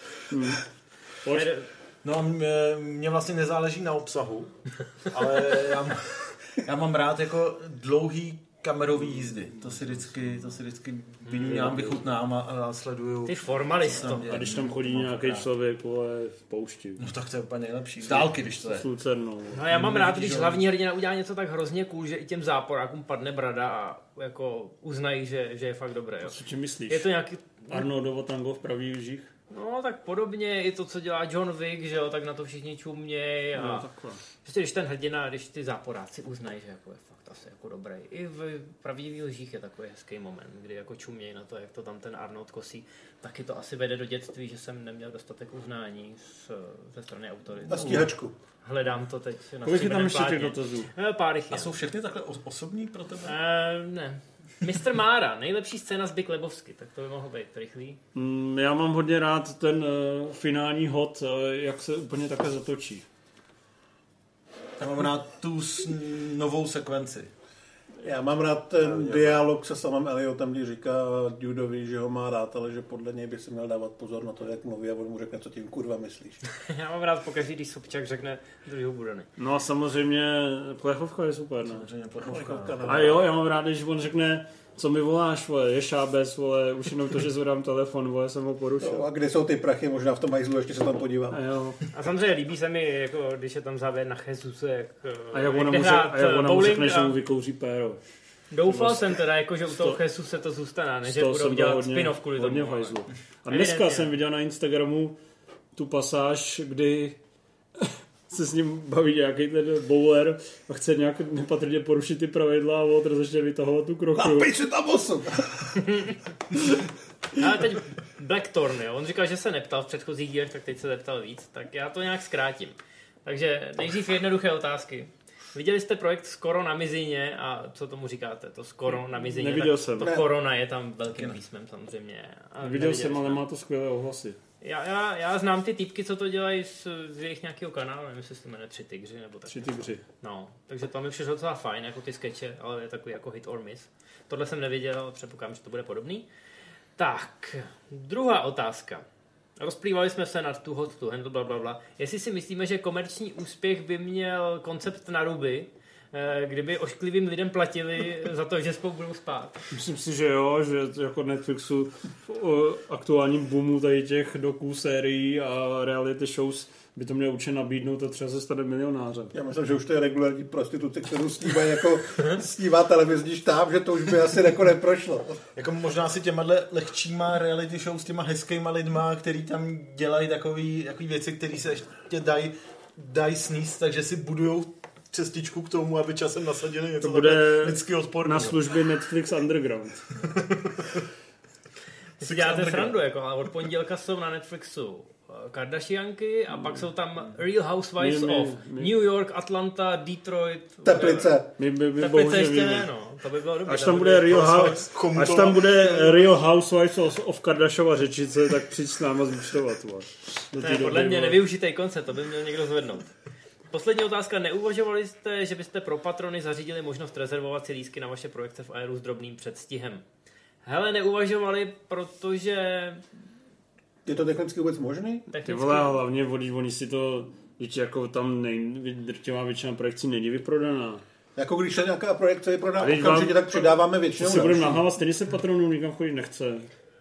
Speaker 5: No a mě vlastně nezáleží na obsahu, ale já mám rád jako dlouhý kamerový jízdy. To si vždycky vyňám, vychutnám a sleduju.
Speaker 4: Ty formalisto.
Speaker 2: A když tam chodí nějaký člověk v poušti.
Speaker 5: No tak to je úplně nejlepší. Z dálky, když to je.
Speaker 2: S lucernou.
Speaker 4: No já mám rád, když hlavní hrdina udělá něco tak hrozně cool, že i těm záporákům padne brada a jako uznají, že je fakt dobré. Jo.
Speaker 2: Co ti myslíš?
Speaker 4: Je to nějaký...
Speaker 2: Arnoldovo tango v pravých žích?
Speaker 4: No tak podobně i to, co dělá John Wick, že jo, tak na to všichni čumějí a
Speaker 2: No, takhle.
Speaker 4: prostě když ten hrdina, když ty záporáci uznají, že jako je fakt asi jako dobrý. I v pravých lžích je takový hezký moment, kdy jako čumějí na to, jak to tam ten Arnold kosí. Taky to asi vede do dětství, že jsem neměl dostatek uznání ze strany autorit.
Speaker 3: Na stíhačku.
Speaker 4: Hledám to teď na
Speaker 2: Kolik je tam ještě těch
Speaker 4: plátně.
Speaker 2: dotazů?
Speaker 4: Pár jich je.
Speaker 5: A jsou všechny takhle osobní pro tebe?
Speaker 4: Ne. Mr. Mára, nejlepší scéna z Big Lebowski, tak to by mohlo být rychlý.
Speaker 2: Já mám hodně rád ten finální hod, jak se úplně takhle zatočí.
Speaker 5: Já mám rád tu novou sekvenci.
Speaker 3: Já mám rád ten dialog se samým Elliotem, kdy říká Dudovi, že ho má rád, ale že podle něj by si měl dávat pozor na to, jak mluví a on mu řekne, co tím kurva myslíš.
Speaker 4: Já mám rád pokaždý, když Sobčak řekne druhýho Budany.
Speaker 2: No a samozřejmě plechovka je super, ne?
Speaker 3: Plechovka,
Speaker 2: A jo, já mám rád, když on řekne, co mi voláš, vole, je šábec, vole, už jenom to, že zvedám telefon, vole, jsem ho porušil.
Speaker 3: No, a kde jsou ty prachy, možná v tom hajzlu, ještě se tam podívám.
Speaker 2: A jo.
Speaker 4: A samozřejmě líbí se mi, jako, když je tam závěr na Jesuse,
Speaker 2: Jak ona
Speaker 4: jde
Speaker 2: mu,
Speaker 4: hrát
Speaker 2: řekne, že
Speaker 4: a
Speaker 2: mu vykouří péro.
Speaker 4: doufal jsem teda, jako, že u toho Jesuse to zůstane, ne, že budou dělat spin-off kvůli tomu.
Speaker 2: Hodně v hajzlu. A dneska jsem viděl na Instagramu tu pasáž, kdy se s ním baví nějaký ten bowler a chce nějak nepatrně porušit ty pravidla a on začne vytahovat tu krochu.
Speaker 3: Napij si tam 8!
Speaker 4: Ale teď Blackthorn, jo. On říkal, že se neptal v předchozích dílech, tak teď se zeptal víc. Tak já to nějak zkrátím. Takže nejdřív jednoduché otázky. Viděli jste projekt Skoro na mizině a co tomu říkáte? To Skoro na mizině.
Speaker 2: Neviděl jsem.
Speaker 4: To korona je tam velkým písmem samozřejmě.
Speaker 2: Viděl jsem, ale má to skvělé ohlasy.
Speaker 4: Já znám ty týpky, co to dělají z jejich nějakého kanálu, nevím, jestli se to jmenuje 3 tygři nebo tak.
Speaker 2: 3 tygři.
Speaker 4: No, takže to mi přišlo docela fajn, jako ty skeče, ale je takový jako hit or miss. Tohle jsem neviděl, ale předpokládám, že to bude podobný. Tak, druhá otázka. Rozplývali jsme se nad tu hot to handle, blablabla. Jestli si myslíme, že komerční úspěch by měl koncept na ruby, kdyby ošklivým lidem platili za to, že spolu budou spát.
Speaker 2: Myslím si, že jo, že jako Netflixu v aktuálním boomu tady těch doků, sérií a reality shows by to měl určitě nabídnout a třeba se stane milionářem.
Speaker 3: Já myslím, že už to je regulární prostituce, kterou snívá televizní štáb, že to už by asi jako neprošlo.
Speaker 5: Jako možná si těma lehčíma reality show s těma hezkýma lidma, který tam dělají takový věci, které se ještě dají sníst, takže si budujou cestičku k tomu, aby časem nasadili něco lidsky odporného.
Speaker 2: Na službě Netflix Underground.
Speaker 4: Si děláte srandu, jako, ale od pondělka jsou na Netflixu Kardashianky a pak jsou tam Real Housewives of New York, Atlanta, Detroit.
Speaker 3: Teplice.
Speaker 4: Teplice ještě ne, no. To by bylo dobré.
Speaker 2: Až tam bude Real Housewives of Kardashiova Řečice, tak přijď s náma zúčtovat.
Speaker 4: To je podle mě nevyužitej koncept, to by měl někdo zvednout. Poslední otázka. Neuvažovali jste, že byste pro patrony zařídili možnost rezervovat si lístky na vaše projekce v aéru s drobným předstihem? Hele, neuvažovali, protože...
Speaker 3: Je to technicky vůbec možný?
Speaker 2: Ty vole, hlavně oni si to... Víš, jako tam drtivá většina projekcí není vyprodaná.
Speaker 3: Jako když se nějaká projekce vyprodá okamžitě, tak přidáváme většinou.
Speaker 2: Si budeme nahávat, stejně se patronům nikam chodit nechce.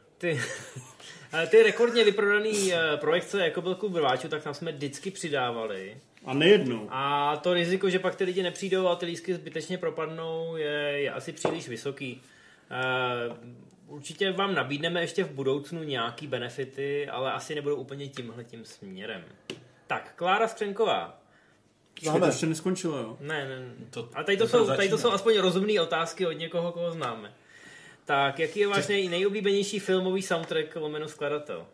Speaker 4: Ty rekordně vyprodaný projekce, jako byl Klub rváčů, tak tam jsme vždycky přidávali.
Speaker 2: A nejednou.
Speaker 4: A to riziko, že pak ty lidi nepřijdou a ty lístky zbytečně propadnou, je asi příliš vysoký. Určitě vám nabídneme ještě v budoucnu nějaký benefity, ale asi nebudou úplně tímhletím směrem. Tak, Klára Skřenková.
Speaker 2: To ještě neskončilo, jo?
Speaker 4: Ne. A tady to jsou aspoň rozumné otázky od někoho, koho známe. Tak, jaký je váš nejoblíbenější filmový soundtrack / skladatel?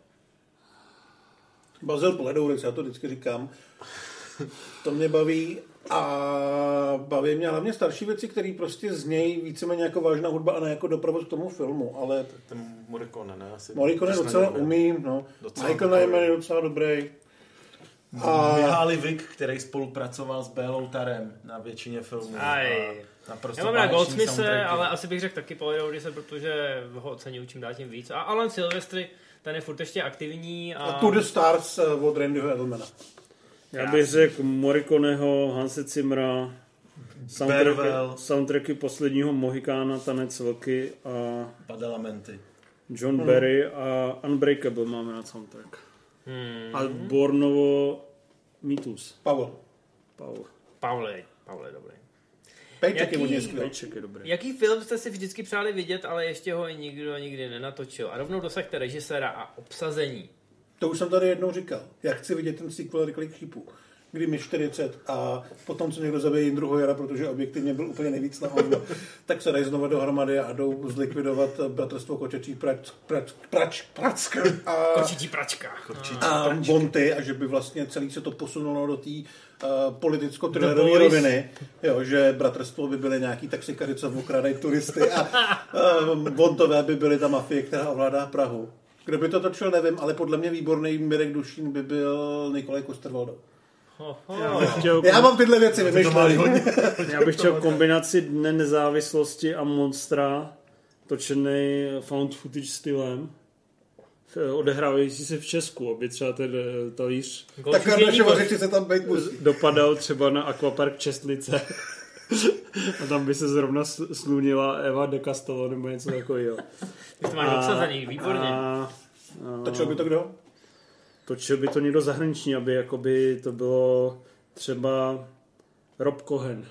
Speaker 3: Basil Poledourec, já to vždycky říkám. To mě baví a baví mě hlavně starší věci, které prostě znějí víceméně jako vážná hudba a ne jako doprovod k tomu filmu, ale...
Speaker 5: Ten Morricone, ne?
Speaker 3: Morricone docela umím, no. Michael Nyman je docela dobrý.
Speaker 5: A Mihaly Vick, který spolupracoval s Bélou Tarem na většině filmů.
Speaker 4: Já mám rád Goldsmithe, ale asi bych řekl taky Poledource, protože ho oceňuji čím dál tím víc. A Alan Silvestri, ten je furt ještě aktivní. A
Speaker 3: To the Stars od Randyho Edelmana.
Speaker 2: Já bych řekl Morriconeho, Hanse Zimmera, soundtracky posledního Mohikána, Tanec vlky a
Speaker 5: Badalamenty.
Speaker 2: John Barry a Unbreakable máme na soundtrack. A Bornovo Mythos.
Speaker 4: Paul je dobrý.
Speaker 3: Pejček je hodně skvělý.
Speaker 4: Jaký film jste si vždycky přáli vidět, ale ještě ho nikdo nikdy nenatočil? A rovnou dosaďte režiséra a obsazení.
Speaker 3: To už jsem tady jednou říkal. Já chci vidět ten sequel Rychlých šípů, kdy mi 40 a potom, co někdo zabije Jindru Hojera, protože objektivně byl úplně nejvíc na hovno, tak se dají znova dohromady a jdou zlikvidovat bratrstvo kočečích
Speaker 4: pračka
Speaker 3: a Bonty a že by vlastně celý se to posunulo do té politicko-thrillerové roviny, jo, že bratrstvo by byly nějaký taxikaři, co okradají turisty a Bontové by byly ta mafie, která ovládá Prahu. Kdo by to točil, nevím, ale podle mě výborný Mirek Dušín by byl Nikolaj Coster-Waldau. Já mám tyhle věci vymyšlený.
Speaker 2: Já bych chtěl kombinaci Dne nezávislosti a Monstra, točený found footage stylem, odehrávající se v Česku, aby třeba ten talíř
Speaker 3: tak naše vařiči se tam být musí.
Speaker 2: Dopadal třeba na Aquapark Čestlice. A tam by se zrovna slunila Eva de Castello nebo něco takového.
Speaker 4: To máš obsazený, výborně.
Speaker 3: Točil by to kdo?
Speaker 2: Točil by to někdo zahraniční, aby jakoby to bylo třeba Rob Cohen.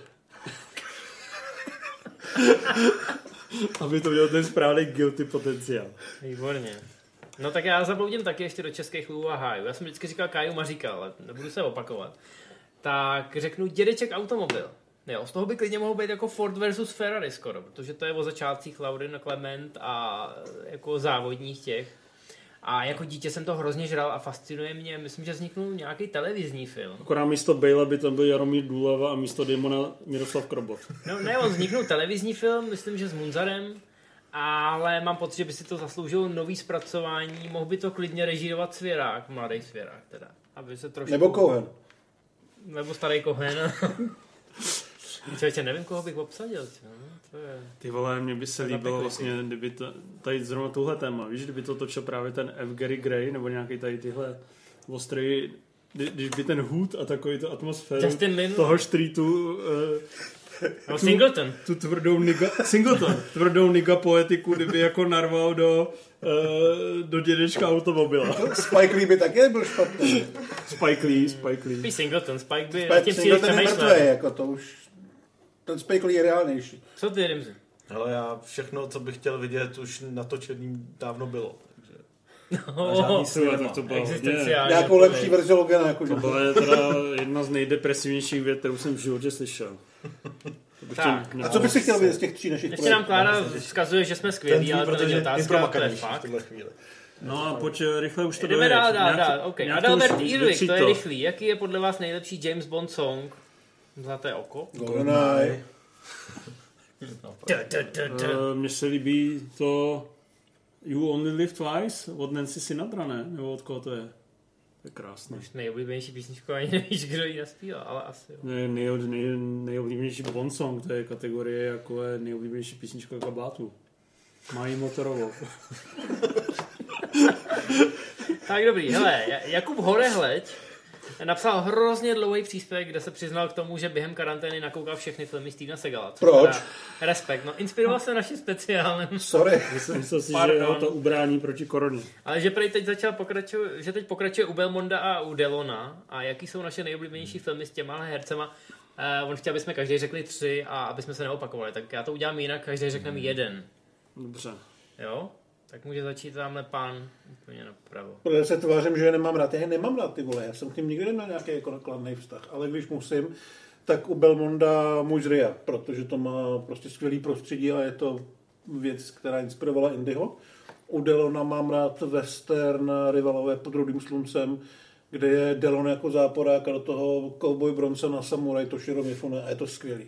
Speaker 2: Aby to mělo ten správný guilty potenciál.
Speaker 4: Výborně. No tak já zabloudím taky ještě do českých klubů a hájů. Já jsem vždycky říkal Káju Maříka, ale nebudu se opakovat. tak řeknu dědeček automobil. Jo, z toho by klidně mohl být jako Ford versus Ferrari skoro, protože to je o začátcích Laurin Clement a jako závodních těch. A jako dítě jsem to hrozně žral a fascinuje mě, myslím, že vzniknul nějaký televizní film.
Speaker 2: Akorát místo Bale by tam byl Jaromír Důlava a místo Damona Miroslav Krobot.
Speaker 4: No ne, on vzniknul televizní film, myslím, že s Munzarem, ale mám pocit, že by si to zasloužilo nový zpracování, mohl by to klidně režírovat Svěrák, mladý Svěrák teda. Aby se trošku...
Speaker 3: Nebo Cohen.
Speaker 4: Nebo starý Cohen. Člověče, nevím, koho bych obsadil. To je...
Speaker 2: Ty vole, mně by se líbilo vlastně, kdyby to, tady zrovna tuhle téma, víš, kdyby to točil právě ten F. Gary Gray, nebo nějaký tady tyhle ostrý, když by ten hud a takový to atmosféru toho streetu,
Speaker 4: no, Singleton.
Speaker 2: Tu tvrdou niga poetiku, kdyby jako narval do dědečka automobila.
Speaker 3: Spike Lee by taky nebyl špatný.
Speaker 2: Spike Lee.
Speaker 4: Spíš Singleton, Spike by tím
Speaker 3: Singleton je mrtvý, jako to už... Ten Spike Lee je reálnější.
Speaker 4: Co ty, Rimzi?
Speaker 5: Hele, já všechno, co bych chtěl vidět, už natočený dávno bylo. Takže...
Speaker 2: To bylo
Speaker 3: nějakou lepší verzi Logana. Jako
Speaker 2: to byla teda jedna z nejdepresivnějších vět, kterou jsem v životě slyšel.
Speaker 3: A co bys si chtěl vidět z těch 3 našich
Speaker 4: projektů? Ještě nám Klára vzkazuje, že jsme skvělí, ale to není otázka, to je fakt.
Speaker 2: No a pojď rychle už to
Speaker 4: jdeme dál, ok. Adalbert Ehrlich, to je rychlý. Jaký je podle vás nejlepší James Bond song? Zlaté oko?
Speaker 3: GoldenEye.
Speaker 2: Mně se líbí to You Only Live Twice od Nancy Sinatra, ne? Nebo od koho to je? To je krásné.
Speaker 4: Už nejoblíbenější písničku, ani nevíš, kdo ji naspíval, ale asi jo.
Speaker 2: Nejoblíbenější Bond song, to je kategorie jako je nejoblíbenější písnička kabátu. Mají motorovou.
Speaker 4: Tak dobrý, hele, Jakub Horehleď napsal hrozně dlouhý příspěvek, kde se přiznal k tomu, že během karantény nakoukal všechny filmy Stevena Segala.
Speaker 3: Proč?
Speaker 4: Respekt, no inspiroval se naším speciálem.
Speaker 3: Sorry.
Speaker 2: Myslel si, že je to ubrání proti koroně.
Speaker 4: Ale že prej teď teď pokračuje u Belmonda a u Delona a jaký jsou naše nejoblíbenější filmy s těma hercema. On chtěl, aby jsme každý řekli 3 a aby jsme se neopakovali, tak já to udělám jinak, každý řekneme 1.
Speaker 2: Dobře.
Speaker 4: Jo? Tak může začít tamhle pán úplně napravo.
Speaker 3: Protože se tvářím, že je nemám rád. Já je nemám rád, ty vole. Já jsem k ním nikdy neměl nějaký jako nakladný vztah. Ale když musím, tak u Belmonda můj zria, protože to má prostě skvělý prostředí a je to věc, která inspirovala Indyho. U Delona mám rád western Rivalové pod rudým sluncem, kde je Delon jako záporák a do toho Cowboy Bronson a samuraj Toshiro Mifune a je to skvělý.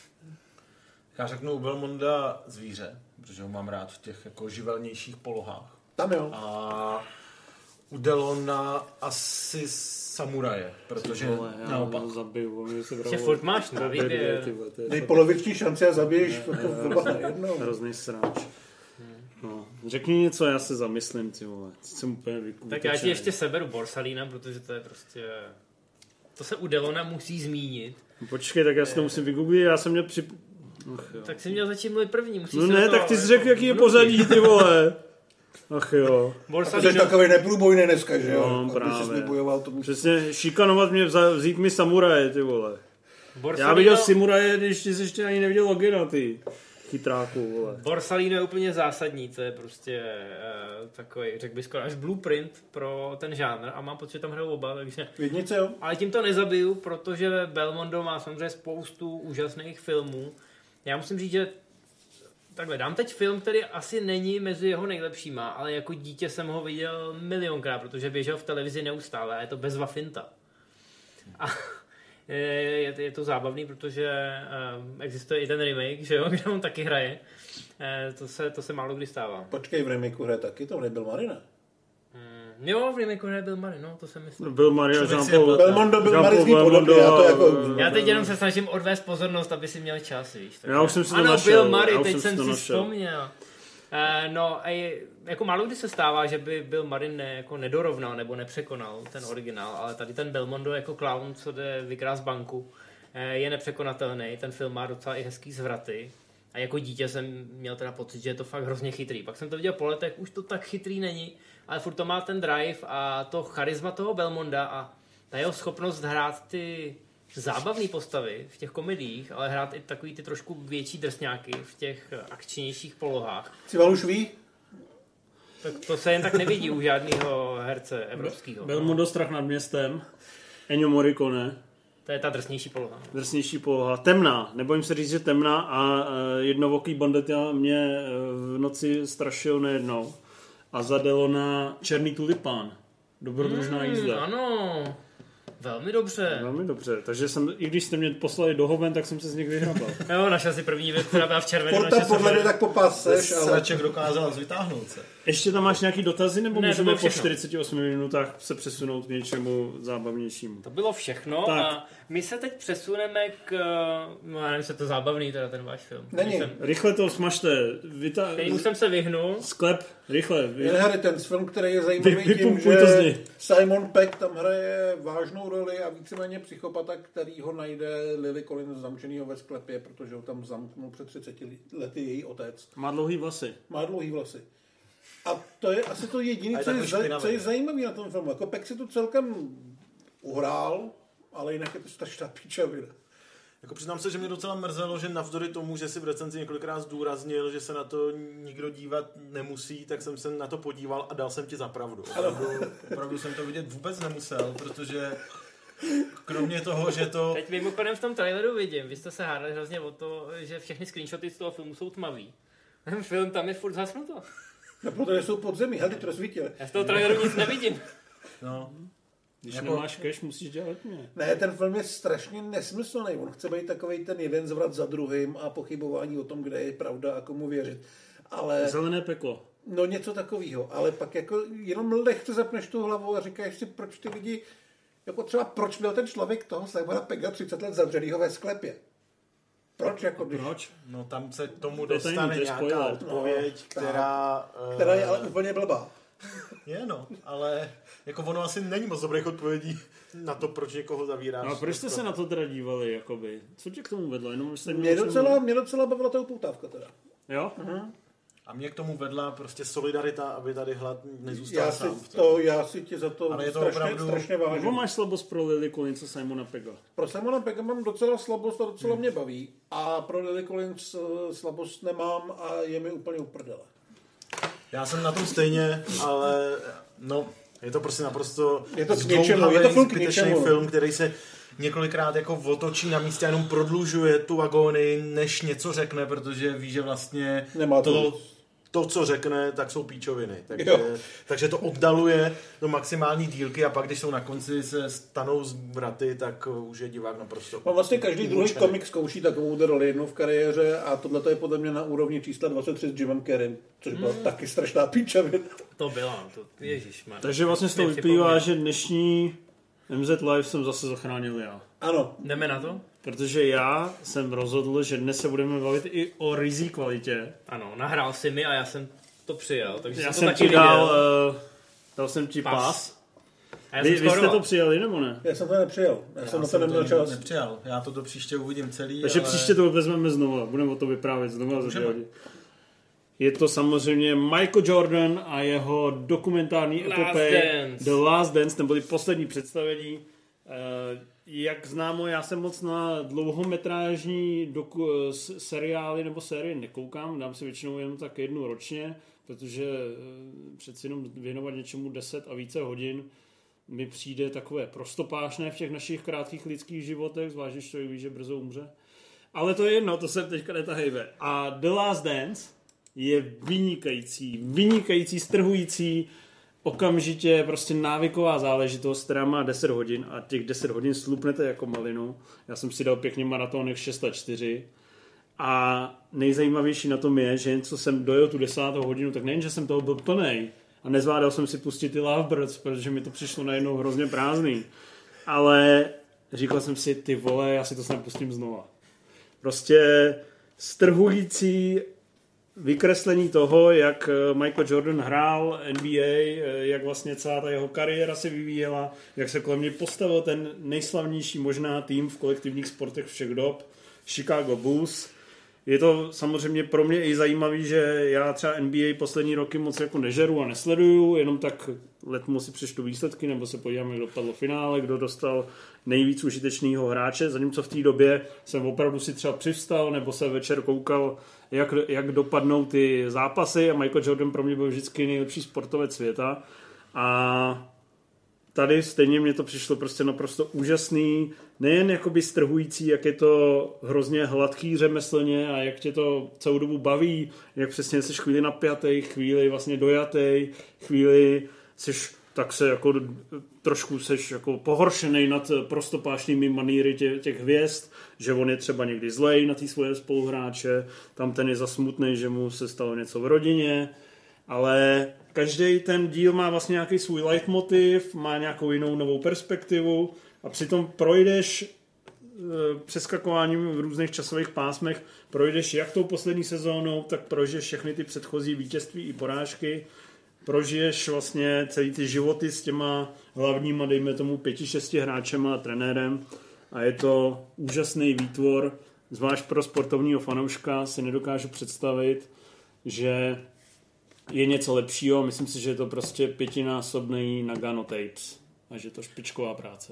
Speaker 5: Já řeknu u Belmonda zvíře, protože ho mám rád v těch jako živelnějších polohách.
Speaker 3: Tam jo.
Speaker 5: A u Delona asi samuraje, protože naopak.
Speaker 4: Že furt máš na výběr.
Speaker 3: Dej poloviční šanci a zabiješ jednou.
Speaker 2: Hrozný sráč. No, řekni něco, já se zamyslím, ty vole. Jsem úplně
Speaker 4: tak já ti ještě seberu Borsalína, protože to je prostě... To se u Delona musí zmínit.
Speaker 2: Počkej, tak já si to musím vygooglit, já jsem měl
Speaker 4: tak jsi měl začít mluvit první.
Speaker 2: No ne, tak ty jsi řekl, jaký je pozadí, ty vole. Ach jo.
Speaker 3: Borsalino... To je takový neprůbojný dneska, že jo?
Speaker 2: No, právě. Přesně, šikanovat mě, vzít mi samuraje, ty vole. Borsalino... Já viděl samuraje, když jsi ještě ani neviděl Logina, ty chytráku, vole.
Speaker 4: Borsalino je úplně zásadní, to je prostě takový, řekl bych skoro až blueprint pro ten žánr a mám pocit, že tam hrajou oba, takže...
Speaker 3: Vědnice, jo.
Speaker 4: Ale tím to nezabiju, protože Belmondo má samozřejmě spoustu úžasných filmů. Já musím říct, že takhle, dám teď film, který asi není mezi jeho nejlepšíma, ale jako dítě jsem ho viděl milionkrát, protože běžel v televizi neustále a je to Bezva finta. A je to zábavný, protože existuje i ten remake, že jo, kde on taky hraje. To se málo kdy stává.
Speaker 3: Počkej, v remakeu hraje taky, to nebyl Marina.
Speaker 4: Jo, v remakeu hraje Bill Murray, no, to jsem myslel.
Speaker 2: Bill Murray a Jean-Paul.
Speaker 3: Belmondo byl Murray podobný,
Speaker 4: já teď jenom se snažím odvést pozornost, aby si měl čas, víš.
Speaker 2: Já už jsem si to našel.
Speaker 4: Bill Murray, teď jsem si vzpomněl. No, jako málo kdy se stává, že by Bill Murray jako nedorovnal nebo nepřekonal ten originál, ale tady ten Belmondo jako clown, co jde vykrást banku, je nepřekonatelný. Ten film má docela i hezký zvraty. A jako dítě jsem měl teda pocit, že je to fakt hrozně chytrý. Pak jsem to viděl po letech, už to tak chytrý není, ale furt to má ten drive a to charisma toho Belmonda a ta jeho schopnost hrát ty zábavné postavy v těch komediích, ale hrát i takový ty trošku větší drsňáky v těch akčnějších polohách.
Speaker 3: Cival už ví?
Speaker 4: Tak to se jen tak nevidí u žádného herce evropského.
Speaker 2: Belmondo Strach nad městem, Ennio Morricone,
Speaker 4: To je ta drsnější poloha.
Speaker 2: Drsnější poloha. Temná. Nebojím se říct, že temná a jednovoký bandita mě v noci strašil nejednou. A zadelo na Černý tulipán. Dobrodružná jízda.
Speaker 4: Ano. Velmi dobře.
Speaker 2: Velmi dobře. Takže i když jste mě poslali do hoven, tak jsem se z nich vyhrabal.
Speaker 4: Jo, našel si první věc, která byla v červeném.
Speaker 3: Porta podle mě tak popaseš, ale...
Speaker 5: Sraček dokázal vytáhnout se.
Speaker 2: Ještě tam máš nějaký dotazy, nebo
Speaker 4: Ne,
Speaker 2: můžeme po 48 minutách se přesunout k něčemu zábavnějšímu?
Speaker 4: To bylo všechno
Speaker 2: tak.
Speaker 4: A my se teď přesuneme k... No já nevím, jestli je to zábavný, teda ten váš film.
Speaker 3: Není.
Speaker 2: Rychle to smažte.
Speaker 4: Už jsem se vyhnul.
Speaker 2: Sklep, rychle.
Speaker 3: Inheritance, film, který je zajímavý tím,
Speaker 2: to z
Speaker 3: že
Speaker 2: něj.
Speaker 3: Simon Pegg tam hraje vážnou roli a víceméně psychopata, který ho najde Lily Collins zamčenýho ve sklepě, protože ho tam zamknul před 30 lety její otec.
Speaker 2: Má dlouhý vlasy.
Speaker 3: Má dlouhý vlasy. A to je asi to jediné, co je zajímavé na tom filmu. Jako Pegg si to celkem uhrál, ale jinak je to strašná píčavina.
Speaker 5: Jako přiznám se, že mě docela mrzelo, že navzdory tomu, že si v recenzi několikrát zdůraznil, že se na to nikdo dívat nemusí, tak jsem se na to podíval a dal jsem ti za pravdu. Opravdu jsem to vidět vůbec nemusel, protože kromě toho, že to...
Speaker 4: Teď mimochodem v tom traileru vidím, vy jste se hádali hrozně o to, že všechny screenshoty z toho filmu jsou tmavý. Ten film tam je furt zasnuto.
Speaker 3: No, protože jsou podzemí, hele, ty to rozsvítili.
Speaker 4: Já z toho traileru nic nevidím.
Speaker 5: No.
Speaker 2: Když
Speaker 5: jako...
Speaker 2: nemáš cash, musíš dělat mě.
Speaker 3: Ne, ten film je strašně nesmyslný. On chce být takovej ten jeden zvrat za druhým a pochybování o tom, kde je pravda a komu věřit. Ale...
Speaker 2: Zelené peklo.
Speaker 3: No něco takového, ale pak jako jenom lehce zapneš tu hlavu a říkáš si, proč ty lidi, jako třeba proč byl ten člověk toho Simona Pegga 30 let zavřenýho ve sklepě. Proč jako když...
Speaker 2: Proč?
Speaker 5: No tam se tomu
Speaker 2: To je
Speaker 5: dostane
Speaker 2: tajný,
Speaker 5: nějaká odpověď,
Speaker 3: no,
Speaker 5: která
Speaker 3: je ale úplně blbá.
Speaker 5: Je no, ale jako ono asi není moc dobrých odpovědí na to, proč někoho zavíráš.
Speaker 2: No a proč jste se na to teda dívali, jakoby? Co tě k tomu vedlo? Jenom jste
Speaker 3: Mě docela bavila ta upoutávka teda.
Speaker 2: Jo?
Speaker 5: A mě k tomu vedla prostě solidarita, aby tady hlad nezůstal sám.
Speaker 3: Já si tě za to,
Speaker 5: ale je to
Speaker 3: strašně vážím.
Speaker 2: Nebo máš slabost pro Lily Collins a Simona Pegga?
Speaker 3: Pro Simona Pegga mám docela slabost a docela mě baví. A pro Lily Collins slabost nemám a je mi úplně uprdele.
Speaker 5: Já jsem na tom stejně, ale no, je to prostě naprosto
Speaker 3: zbytečný
Speaker 5: film, který se několikrát jako otočí na místě a jenom prodlužuje tu agónii, než něco řekne, protože ví, že vlastně to, co řekne, tak jsou píčoviny. Takže to oddaluje do maximální dílky a pak, když jsou na konci se stanou zvraty, tak už je divák naprosto...
Speaker 3: No vlastně každý druhý komik zkouší takovou roli jednou v kariéře a tohle je podle mě na úrovni čísla 23 s Jimem Carreym, což byla taky strašná píčovina.
Speaker 4: To byla, ježišmarja.
Speaker 2: Takže vlastně z toho vyplývá, že dnešní MZ Live jsem zase zachránil já.
Speaker 3: Ano.
Speaker 4: Jdeme na to?
Speaker 2: Protože já jsem rozhodl, že dnes se budeme bavit i o rizí kvalitě.
Speaker 4: Ano, nahrál si mi a já jsem to přijal, takže
Speaker 2: já
Speaker 4: jsem to
Speaker 2: jsem
Speaker 4: taky
Speaker 2: ti dal jsem ti pas. Vy jste to přijali, nebo ne?
Speaker 3: Já jsem to nepřijal. Já jsem na to neměl čas.
Speaker 5: Nepřijal. Já to do příště uvidím celý.
Speaker 2: Takže příště to vezmeme znovu. Budeme o to vyprávět znovu. Je to samozřejmě Michael Jordan a jeho dokumentární epopej The Last Dance, neboli poslední představení. Jak známo, já jsem moc na dlouhometrážní seriály nebo série nekoukám, dám si většinou jenom tak jednu ročně, protože přeci jenom věnovat něčemu 10 a více hodin mi přijde takové prostopášné v těch našich krátkých lidských životech, zvlášť když člověk ví, že brzo umře. Ale to je jedno, to se teďka netahejme. A The Last Dance je vynikající, strhující, okamžitě prostě návyková záležitost, která má 10 hodin a těch 10 hodin slupnete jako malinu. Já jsem si dal pěkně maratonek 6:04 a nejzajímavější na tom je, že jen co jsem dojel tu 10. hodinu, tak nejen, že jsem toho byl plnej a nezvládal jsem si pustit ty Lovebirds, protože mi to přišlo najednou hrozně prázdný. Ale říkal jsem si, ty vole, já si to snad pustím znova. Prostě strhující vykreslení toho, jak Michael Jordan hrál NBA, jak vlastně celá ta jeho kariéra se vyvíjela, jak se kolem něj postavil ten nejslavnější možná tým v kolektivních sportech všech dob, Chicago Bulls. Je to samozřejmě pro mě i zajímavý, že já třeba NBA poslední roky moc jako nežeru a nesleduju, jenom tak letmo si přečtu výsledky, nebo se podívám, jak dopadlo finále, kdo dostal nejvíc užitečného hráče, zatímco v té době jsem opravdu si třeba přivstal, nebo se večer koukal, jak dopadnou ty zápasy a Michael Jordan pro mě byl vždycky nejlepší sportovec světa a tady stejně mě to přišlo prostě naprosto úžasný, nejen jakoby strhující, jak je to hrozně hladký řemeslně a jak tě to celou dobu baví, jak přesně jsi chvíli napjatej, chvíli vlastně dojatej, chvíli seš tak se jako trošku seš jako pohoršenej nad prostopášnými manýry těch hvězd, že on je třeba někdy zlej na ty svoje spoluhráče, tam ten je zasmutnej, že mu se stalo něco v rodině, ale každý ten díl má vlastně nějaký svůj leitmotiv, má nějakou jinou novou perspektivu a přitom projdeš přeskakováním v různých časových pásmech, projdeš jak tou poslední sezónou, tak prožiješ všechny ty předchozí vítězství i porážky, prožiješ vlastně celý ty životy s těma hlavníma, dejme tomu 5-6 hráčema a trenérem a je to úžasný výtvor, zvlášť pro sportovního fanouška si nedokážu představit, že je něco lepšího. Myslím si, že je to prostě 5násobný Nagano Tapes a že je to špičková práce.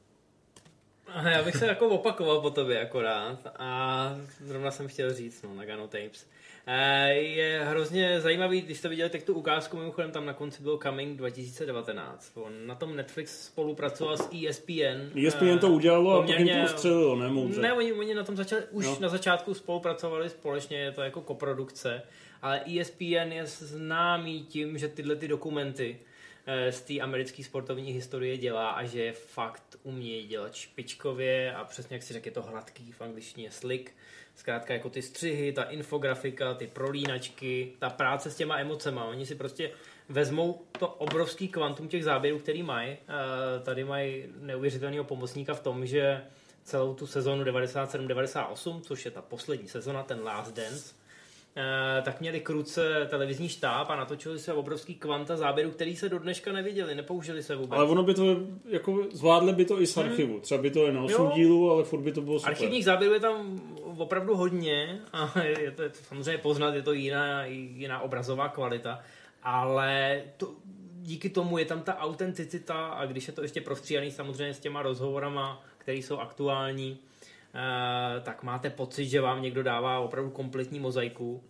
Speaker 4: Já bych se jako opakoval po tobě akorát a zrovna jsem chtěl říct, Nagano Tapes. Je hrozně zajímavý, když jste viděli tak tu ukázku, mimochodem tam na konci byl Coming 2019. On na tom Netflix spolupracoval s ESPN.
Speaker 2: ESPN to udělalo poměrně, a pak jim to ustřelilo, ne moudře.
Speaker 4: Ne, oni na tom začali, už na začátku spolupracovali společně, je to jako koprodukce, ale ESPN je známý tím, že tyhle ty dokumenty z té americké sportovní historie dělá a že je fakt umějí dělat špičkově a přesně jak si řekl, je to hladký, v angličtině slick. Zkrátka jako ty střihy, ta infografika, ty prolínačky, ta práce s těma emocema. Oni si prostě vezmou to obrovský kvantum těch záběrů, který mají. Tady mají neuvěřitelného pomocníka v tom, že celou tu sezonu 97-98, což je ta poslední sezona, ten Last Dance, tak měli kruce televizní štáb a natočili se obrovský kvanta záběrů, který se do dneška neviděli, nepoužili se vůbec.
Speaker 2: Ale ono by to, jako zvládli by to i z archivu. Třeba by to je na 8 dílů, ale furt by to bylo super.
Speaker 4: Archivních záběrů je tam opravdu hodně a je to samozřejmě poznat, je to jiná obrazová kvalita, ale díky tomu je tam ta autenticita a když je to ještě prostříhaný samozřejmě s těma rozhovorama, které jsou aktuální, tak máte pocit, že vám někdo dává opravdu kompletní mozaiku.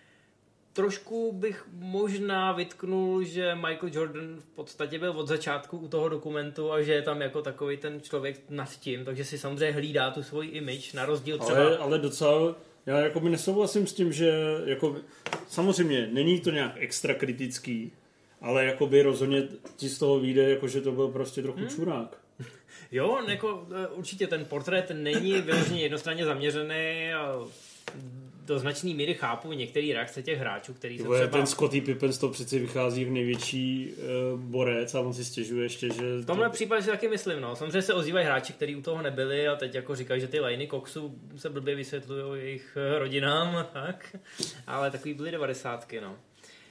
Speaker 4: Trošku bych možná vytknul, že Michael Jordan v podstatě byl od začátku u toho dokumentu a že je tam jako takový ten člověk nad tím, takže si samozřejmě hlídá tu svoji image, na rozdíl třeba...
Speaker 2: Ale docela, já jako by nesouhlasím s tím, že jako, samozřejmě není to nějak extra kritický, ale jako by rozhodně ti z toho vyjde, jako že to byl prostě trochu čurák.
Speaker 4: Jo, jako, určitě ten portrét není vyloženě jednostranně zaměřený a do značné míry chápu některé reakce těch hráčů, který se třeba...
Speaker 2: Ten Scottie Pippen z toho přeci vychází v největší borec a on si stěžuje ještě, že...
Speaker 4: V tomhle případě si taky myslím, no. Samozřejmě se ozývají hráči, kteří u toho nebyli a teď jako říkají, že ty lajny koksu se blbě vysvětlují jejich rodinám, tak. Ale takový byly 90ky, no.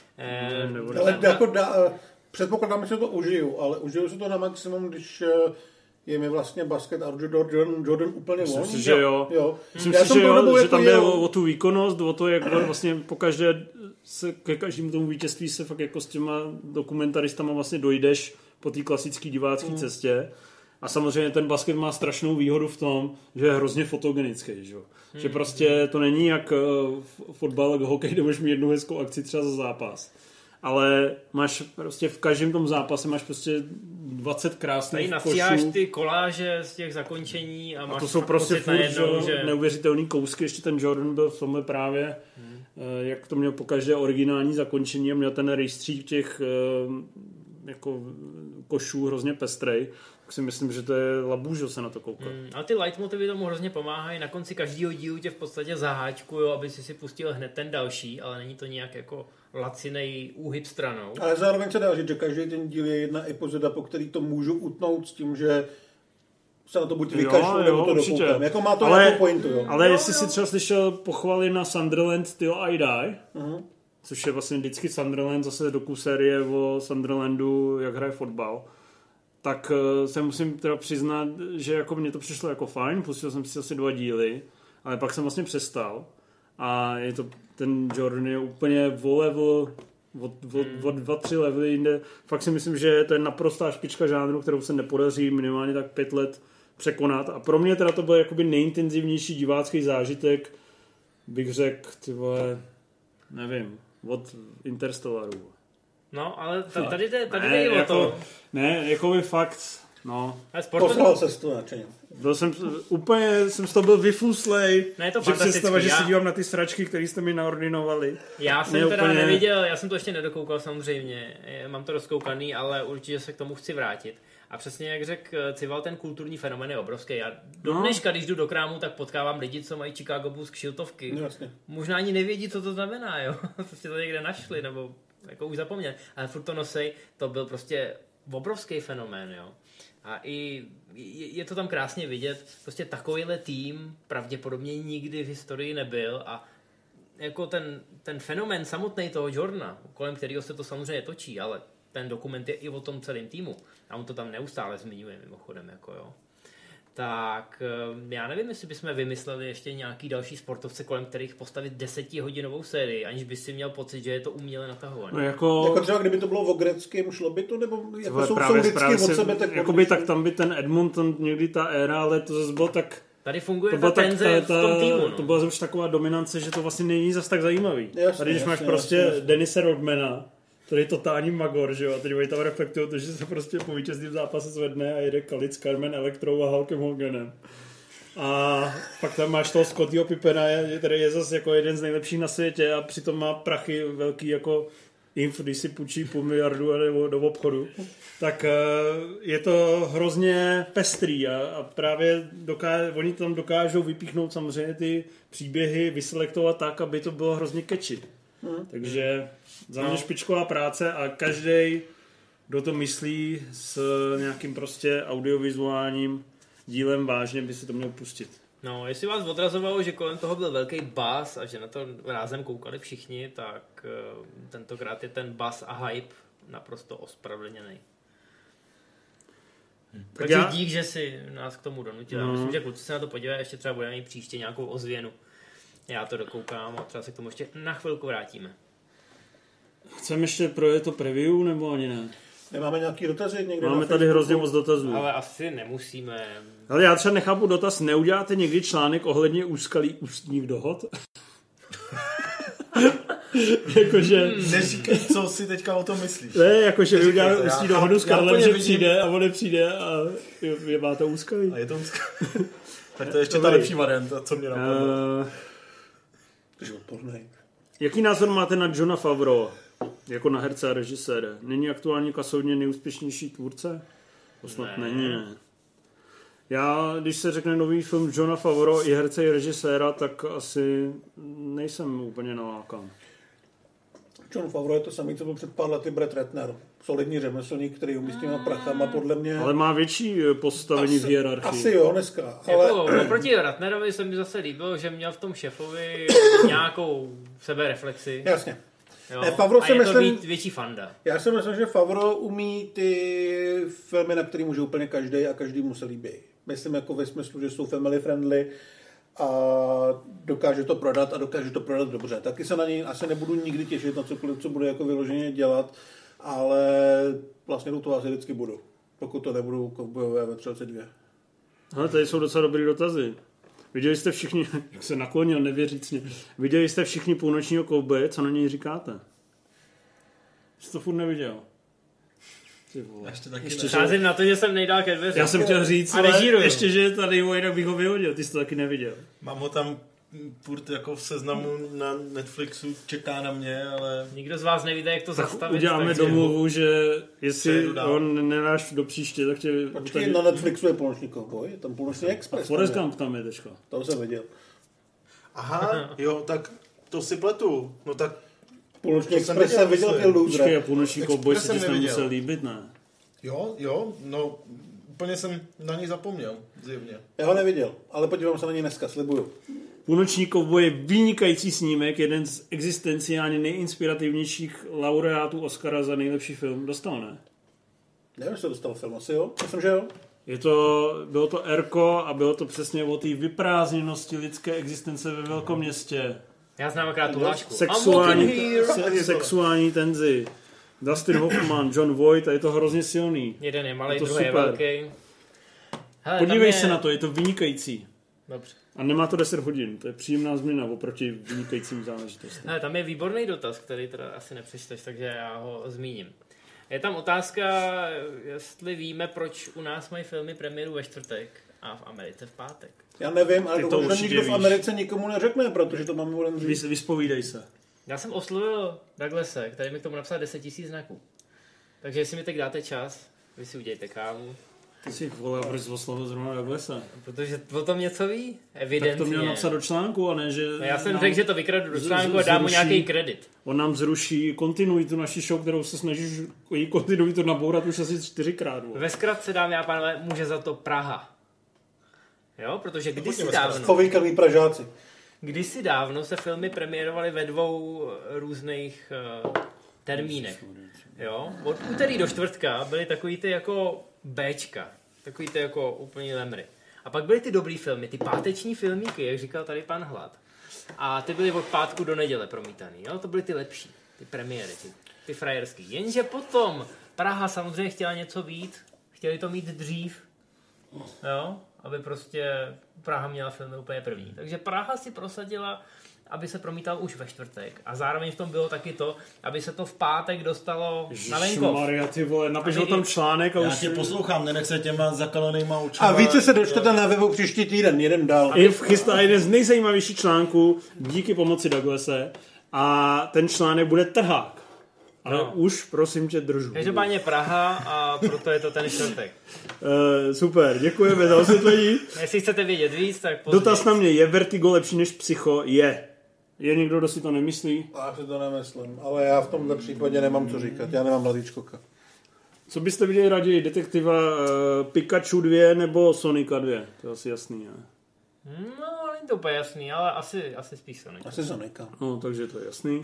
Speaker 3: Ale jako předpokládám, že to užiju, ale užiju si to na maximum, když je mi vlastně basket a Jordan úplně volný.
Speaker 2: Myslím si, že jo. Myslím si, že tam jde o tu výkonnost, o to, jak vlastně pokaždé ke každému tomu vítězství se fakt jako s těma dokumentaristama vlastně dojdeš po té klasické divácké cestě. A samozřejmě ten basket má strašnou výhodu v tom, že je hrozně fotogenický. Že prostě to není jak fotbal, jak hokej, kde můžeš mít jednu hezkou akci třeba za zápas. Ale máš prostě v každém tom zápase máš prostě 20 krásných košů. Tady nasíháš
Speaker 4: ty koláže z těch zakončení a máš
Speaker 2: a to jsou prostě
Speaker 4: furt,
Speaker 2: že... neuvěřitelný kousky. Ještě ten Jordan byl v tomhle právě, jak to měl pokaždé originální zakončení a měl ten rejstřík těch jako košů hrozně pestrej. Tak si myslím, že to je labůžo se na to koukat.
Speaker 4: A ty leitmotivy tomu hrozně pomáhají. Na konci každého dílu tě v podstatě zaháčkují, aby si pustil hned ten další, ale není to nějak jako lacinej úhyb stranou.
Speaker 3: Ale zároveň se dá říct, že každý ten díl je jedna epizoda, po který to můžu utnout s tím, že se na to buď vykašlu, nebo to dokoukám. Jako má to nějakou pointu. Jo.
Speaker 2: Ale jestli si třeba slyšel pochvaly na Sunderland Till I Die, což je vlastně vždycky Sunderland, zase dokusérie o Sunderlandu, jak hraje fotbal, tak se musím teda přiznat, že jako mně to přišlo jako fajn, pustil jsem si asi 2 díly, ale pak jsem vlastně přestal. A je to, ten Jordan je úplně o level, o 2-3 levely jinde. Fakt si myslím, že to je naprostá špička žánru, kterou se nepodaří minimálně tak 5 let překonat. A pro mě teda to byl jakoby nejintenzivnější divácký zážitek, bych řekl, ty vole, nevím, od Interstellaru.
Speaker 4: No, ale tady jde o to.
Speaker 2: Ne, jako by fakt, no.
Speaker 3: Poslal se to nadšeně.
Speaker 2: Jsem z toho byl vyfuslej,
Speaker 4: no, je to
Speaker 2: že představa, že se dívám na ty sračky, které jste mi naordinovali.
Speaker 4: Já jsem teda neviděl, já jsem to ještě nedokoukal samozřejmě, mám to rozkoukaný, ale určitě se k tomu chci vrátit. A přesně jak řekl Cival, ten kulturní fenomén je obrovský. Já do dneška, když jdu do krámu, tak potkávám lidi, co mají Chicago Bulls kšiltovky.
Speaker 3: No, jasně.
Speaker 4: Možná ani nevědí, co to znamená, jo. Prostě to někde našli, nebo jako už zapomněli. Ale furt to nosej, to byl prostě obrovský fenomén, jo. A i je to tam krásně vidět, prostě takovýhle tým pravděpodobně nikdy v historii nebyl a jako ten fenomén samotný toho Jordana, kolem kterého se to samozřejmě točí, ale ten dokument je i o tom celém týmu a on to tam neustále zmiňuje mimochodem, jako jo. Tak já nevím, jestli bychom vymysleli ještě nějaký další sportovce, kolem kterých postavit 10hodinovou sérii, aniž by si měl pocit, že je to uměle natahované.
Speaker 2: No jako
Speaker 3: třeba kdyby to bylo o Greckém, šlo by to, nebo jako jsou vždycky od sebe tak
Speaker 2: jakoby tak tam by ten Edmonton někdy ta éra, ale to zase bylo tak...
Speaker 4: Tady funguje ta tenze v tom týmu. No.
Speaker 2: To byla už taková dominance, že to vlastně není zas tak zajímavý.
Speaker 3: Jasně,
Speaker 2: tady když máš prostě Denise Rodmana, který je totální magor, že jo, a teď oni tam reflektují to, že se prostě po vítězným zápase zvedne a jede Kalic, Carmen Electrou a Hulkem Hoganem. A pak tam máš toho Scottyho Pippena, který je zase jako jeden z nejlepších na světě a přitom má prachy velký jako inf, když si půjčí $500 milionu do obchodu. Tak je to hrozně pestrý a právě oni tam dokážou vypíchnout samozřejmě ty příběhy, vyselektovat tak, aby to bylo hrozně catchy. Takže za mě špičková práce a každej, kdo to myslí s nějakým prostě audiovizuálním dílem vážně, by si to měl pustit.
Speaker 4: No, jestli vás odrazovalo, že kolem toho byl velký buzz a že na to rázem koukali všichni, tak tentokrát je ten buzz a hype naprosto ospravedlněný. Takže dík, že si nás k tomu donutil. Já myslím, že kluci se na to podívají, ještě třeba budeme mít příště nějakou ozvěnu. Já to dokoukám a třeba se k tomu ještě na chvilku vrátíme.
Speaker 2: Chceme ještě projet to preview, nebo ani ne?
Speaker 3: Nemáme nějaký dotazy někde?
Speaker 2: Máme tady hrozně moc dotazů.
Speaker 4: Ale asi nemusíme.
Speaker 2: Ale já třeba nechápu dotaz, neuděláte někdy článek ohledně úskalí ústních dohod? Jakože...
Speaker 5: Neříkej, co si teďka o tom myslíš.
Speaker 2: Ne, jakože vy uděláte ústní dohodu s Karlem, že přijde a on nepřijde a je má to úskalí.
Speaker 5: A je to úskalí. Tak to je ještě ta lepší varianta, co mě napadlo.
Speaker 2: Jaký názor máte na Johna Favreau? Jako na herce a režiséra. Není aktuálně kasovně nejúspěšnější tvůrce? To snad není, ne. Já, když se řekne nový film Johna Favreau i herce i režiséra, tak asi nejsem úplně nalákán.
Speaker 3: John Favreau je to samý, co byl před pár lety Brett Ratner. Solidní řemeslník, který umí s těma prachama, podle mě...
Speaker 2: Ale má větší postavení v hierarchii.
Speaker 3: Asi jo, dneska. Ale...
Speaker 4: Jako, oproti Ratnerovi se mi zase líbilo, že měl v tom šéfovi nějakou sebereflexi.
Speaker 3: Jasně.
Speaker 4: Jo,
Speaker 3: ne, Favreau
Speaker 4: a je
Speaker 3: myslím,
Speaker 4: to být větší fanda.
Speaker 3: Já si myslím, že Favreau umí ty filmy, na který může úplně každý a každý mu se líbí. Myslím jako ve smyslu, že jsou family friendly a dokáže to prodat a dokáže to prodat dobře. Taky se na něj asi nebudu nikdy těšit na cokoliv, co bude jako vyloženě dělat, ale vlastně do toho asi vždycky budu. Pokud to nebudou kovbojové ve 32.
Speaker 2: Ale tady jsou docela dobrý dotazy. Viděli jste všichni, jak se naklonil nevěřícně, viděli jste všichni Půlnočního kovboje, co na něj říkáte? Jsi to furt neviděl?
Speaker 5: Ještě
Speaker 4: Cházím na to, že jsem nejdál ke dveři.
Speaker 2: Já jsem chtěl říct, ale ještě, že tady jinak bych ho vyhodil, ty jsi to taky neviděl.
Speaker 5: Mám ho tam furt jako v seznamu na Netflixu, čeká na mě, ale...
Speaker 4: Nikdo z vás nevíte, jak to
Speaker 2: tak
Speaker 4: zastavit.
Speaker 2: Uděláme domluvu, že jestli on nedáš do příště, tak tě...
Speaker 3: Počkej, tady... na Netflixu je Půlnoční kovboj, je tam Půlnoční Express.
Speaker 2: A Forrest Gump tam je teďka.
Speaker 3: To jsem viděl.
Speaker 5: Aha, jo, tak to si pletu. No tak...
Speaker 3: Půlnoční Express jsem viděl, ty loser.
Speaker 2: Počkej, a Půlnoční kovboj se ti nemusel líbit, ne?
Speaker 5: Jo, no úplně jsem na něj zapomněl, zjevně.
Speaker 3: Já ho neviděl, ale podívám se na něj dneska, slibuju.
Speaker 2: Půlnoční kovboj je vynikající snímek, jeden z existenciálně nejinspirativnějších laureátů Oscara za nejlepší film. Dostal, ne?
Speaker 3: Nevím, jestli dostal film, asi jo? Myslím, že jo.
Speaker 2: Bylo to Erko a bylo to přesně o té vyprázdněnosti lidské existence ve velkom městě.
Speaker 4: Já znám akorát tu hlášku.
Speaker 2: Sexuální tenzi. Dustin Hoffman, John Voight a je to hrozně silný.
Speaker 4: Jeden je malý, druhý je velký.
Speaker 2: Hele, podívej se na to, je to vynikající.
Speaker 4: Dobře.
Speaker 2: A nemá to 10 hodin, to je příjemná změna oproti vynikajícím záležitostem.
Speaker 4: Tam je výborný dotaz, který teda asi nepřečteš, takže já ho zmíním. Je tam otázka, jestli víme, proč u nás mají filmy premiéru ve čtvrtek a v Americe v pátek.
Speaker 3: Já nevím, ale
Speaker 2: to
Speaker 3: to
Speaker 2: určitě
Speaker 3: nikdo v
Speaker 2: víš.
Speaker 3: Americe nikomu neřekne, protože to máme volen říct.
Speaker 2: Vyspovídej se.
Speaker 4: Já jsem oslovil Douglase, který mi k tomu napsal 10 000 znaků. Takže jestli mi teď dáte čas, vy si udějte kávu.
Speaker 2: Ty si vole, proč jsi oslovil zrovna Douglasa?
Speaker 4: Protože o tom něco ví, evidentně.
Speaker 2: Tak to měl napsat do článku, a ne, že...
Speaker 4: No já jsem řekl, že to vykradu do článku a dám mu nějaký kredit.
Speaker 2: On nám zruší kontinuitu naší show, kterou se snažíš její kontinuitu nabourat už asi 4krát.
Speaker 4: Ve zkratce, dámy a pánové, může za to Praha. Jo, protože
Speaker 3: Povyklí Pražáci.
Speaker 4: Kdysi dávno se filmy premiérovaly ve 2 různých termínech. Jo? Od úterý do čtvrtka byly takový ty jako Bčka, takový ty jako úplně lemry. A pak byly ty dobrý filmy, ty páteční filmíky, jak říkal tady pan Hlad. A ty byly od pátku do neděle promítaný. Jo? To byly ty lepší, ty premiéry, ty frajerský. Jenže potom Praha samozřejmě chtěla něco víc, chtěli to mít dřív, jo? Aby prostě Praha měla filmy úplně první. Takže Praha si prosadila, aby se promítal už ve čtvrtek. A zároveň v tom bylo taky to, aby se to v pátek dostalo na venkov.
Speaker 2: Maria, ty vole, napiš o tom článek a
Speaker 5: já
Speaker 2: už...
Speaker 5: tě poslouchám, nenech se těma zakalenýma očima.
Speaker 3: A více se dočtete na webu příští týden, jeden dál.
Speaker 2: I chystá jeden z nejzajímavějších článků díky pomoci Douglase a ten článek bude trhák. Ale už, prosím tě, držu.
Speaker 4: Každopádně Praha a proto je to ten čtvrtek.
Speaker 2: Super, děkujeme za osvětlení.
Speaker 4: Jestli chcete vědět víc, tak později.
Speaker 2: Dotaz na mě, je Vertigo lepší než Psycho? Je. Je někdo, kdo si to nemyslí?
Speaker 3: Já si to nemyslím, ale já v tomhle případě nemám co říkat. Já nemám mladíčkoka.
Speaker 2: Co byste viděli raději, detektiva Pikachu 2 nebo Sonika 2? To je asi jasný, ne?
Speaker 4: No, není to úplně jasný, ale asi spíš Sonika.
Speaker 3: Asi Sonika.
Speaker 2: No, takže to je jasný.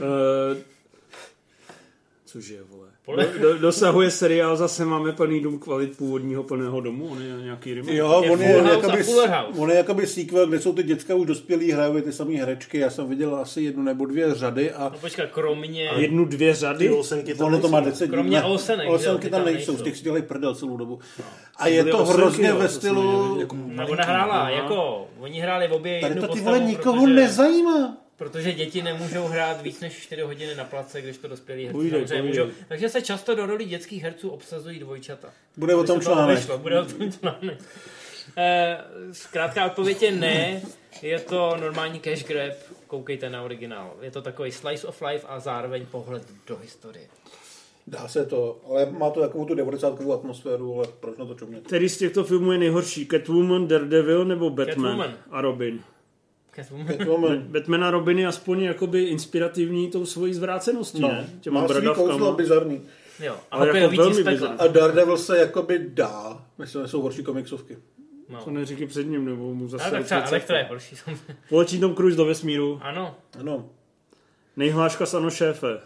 Speaker 2: Cože, vole. Dosahuje seriál, zase máme plný dům kvalit původního plného domu, on je nějaký remake.
Speaker 3: Jo, on je jakoby sequel, kde jsou ty děcka už dospělí, hrajou ty samé herečky, já jsem viděl asi 1 nebo 2 řady a...
Speaker 4: No počkej, kromě...
Speaker 2: 1-2 řady?
Speaker 3: Ono to má 10
Speaker 4: kromě Olsenek.
Speaker 3: Olsenky tam nejsou, z těch si dělají prdel celou dobu. A je to hrozně ve stylu...
Speaker 4: Ona hrála, jako, oni hráli obě jednu
Speaker 3: postavu. Tady to ty
Speaker 4: postavu,
Speaker 3: vole nikoho nezajímá.
Speaker 4: Protože děti nemůžou hrát víc než 4 hodiny na place, když to dospělí herci můžou. Takže se často do roli dětských herců obsazují dvojčata.
Speaker 3: Bude o tom článek.
Speaker 4: Bude o tom článek. Zkrátka odpověď je ne. Je to normální cash grab. Koukejte na originál. Je to takový slice of life a zároveň pohled do historie.
Speaker 3: Dá se to, ale má to takovou tu 90kovou atmosféru, ale proč na to čumět?
Speaker 2: Který z těchto filmů je nejhorší? Catwoman, Daredevil nebo Batman a Robin? Batman a Robin je aspoň jakoby inspirativní tou svojí zvráceností,
Speaker 3: no,
Speaker 2: ne? Těma
Speaker 3: má svý kouzlo bizarní.
Speaker 4: Jo,
Speaker 2: ale jako velmi bizarní.
Speaker 3: A Daredevil se jakoby dá. Myslím, že jsou horší komiksovky.
Speaker 2: No. To neříkej před ním, nebo mu zase...
Speaker 4: Ale tak Elektra je horší.
Speaker 2: Poletí Tom Cruise do vesmíru.
Speaker 4: Ano.
Speaker 2: Nejhláška Sano šéfe.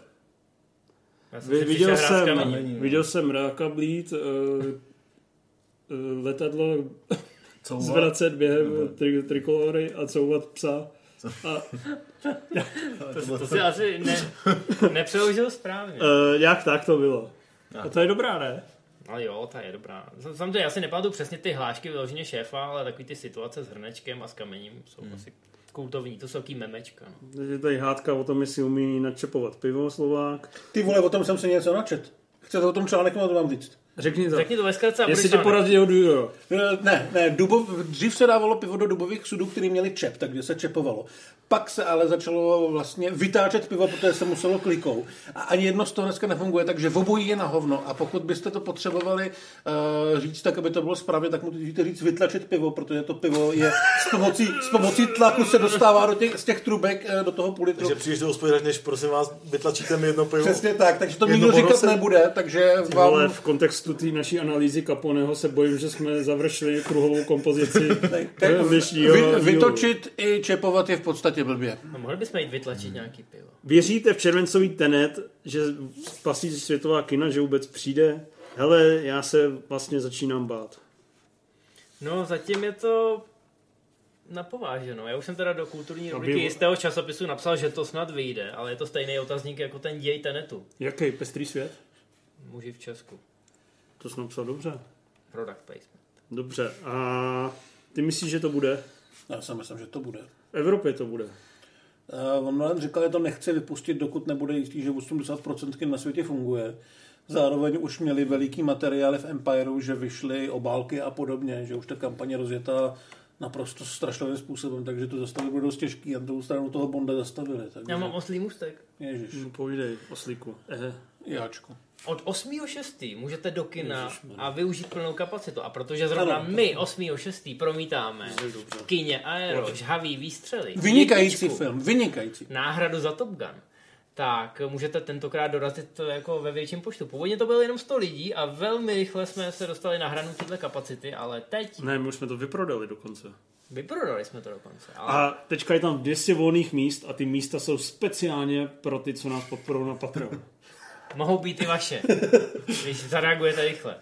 Speaker 2: Viděl jsem Ráka blít, letadlo zvracet během trikolory a couvat psa.
Speaker 4: To si asi nepřeložil správně.
Speaker 2: Jak tak to bylo? A to je dobrá, ne?
Speaker 4: Ale jo, ta je dobrá. Samozřejmě já si nepamatuju přesně ty hlášky vyloženě šéfa, ale takový ty situace s hrnečkem a s kamením jsou asi kultovní. To jsou taký memečka. No.
Speaker 2: Je tady hádka o tom, jestli umí načepovat pivo Slovák.
Speaker 3: Ty vole, o tom jsem si něco načet. Chcete o tom článek, nebo to mám říct?
Speaker 2: Řekni
Speaker 4: to ve zkratce.
Speaker 2: Jestli tě poradí o Duro.
Speaker 3: Ne, dřív se dávalo pivo do dubových sudů, který měli čep, takže se čepovalo. Pak se ale začalo vlastně vytáčet pivo, protože se muselo klikou. A ani jedno z toho dneska nefunguje, takže obojí je na hovno. A pokud byste to potřebovali říct tak, aby to bylo správně, tak můžete říct vytlačit pivo, protože to pivo je s pomocí tlaku se dostává z těch trubek do toho půl litru.
Speaker 5: Takže přijdeš do hospody, než prosím vás, vytlačíte mi jedno pivo.
Speaker 3: Přesně tak, takže to nikdo říkat nebude, takže
Speaker 2: vám... Ale v kontextu té naší analýzy Caponeho se bojím, že jsme završili kruhovou kompozici
Speaker 3: vytočit i čepovat je v podstatě blbě.
Speaker 4: No, mohli bychom jít vytlačit nějaký pivo.
Speaker 2: Věříte v červencový Tenet, že spasí světová kina, že vůbec přijde? Hele, já se vlastně začínám bát.
Speaker 4: No, zatím je to napováženo. Já už jsem teda do kulturní rubriky jistého časopisu napsal, že to snad vyjde, ale je to stejný otazník jako ten děj Tenetu.
Speaker 2: Jaký? Pestrý svět?
Speaker 4: Muži v Česku.
Speaker 2: To jsem napsal dobře.
Speaker 4: Product placement.
Speaker 2: Dobře. A ty myslíš, že to bude?
Speaker 3: Já si myslím, že to bude.
Speaker 2: V Evropě to bude.
Speaker 3: On jen říkal, že to nechce vypustit, dokud nebude jistý, že 80% kin na světě funguje. Zároveň už měli veliký materiály v Empireu, že vyšly obálky a podobně, že už ta kampaně rozjetá naprosto strašlivým způsobem, takže to zastavit bude dost těžký a na druhou stranu toho Bonda zastavili. Takže...
Speaker 4: Já mám oslý můstek.
Speaker 3: Ježiš.
Speaker 2: No, povídej, oslíku.
Speaker 3: Jáčku.
Speaker 4: Od 8.6. můžete do kina a využít plnou kapacitu. A protože zrovna my 8.6. promítáme v kině Aero žhavý výstřely.
Speaker 3: Vynikající film, vynikající.
Speaker 4: Náhradu za Top Gun. Tak můžete tentokrát dorazit jako ve větším počtu. Původně to bylo jenom 100 lidí a velmi rychle jsme se dostali na hranu této kapacity, ale teď...
Speaker 2: Ne, my už jsme to vyprodali dokonce.
Speaker 4: Vyprodali jsme to dokonce. Ale...
Speaker 2: A teďka je tam 200 volných míst a ty místa jsou speciálně pro ty, co nás podporují na Patreon.
Speaker 4: Mohou být i vaše, když zareagujete rychle.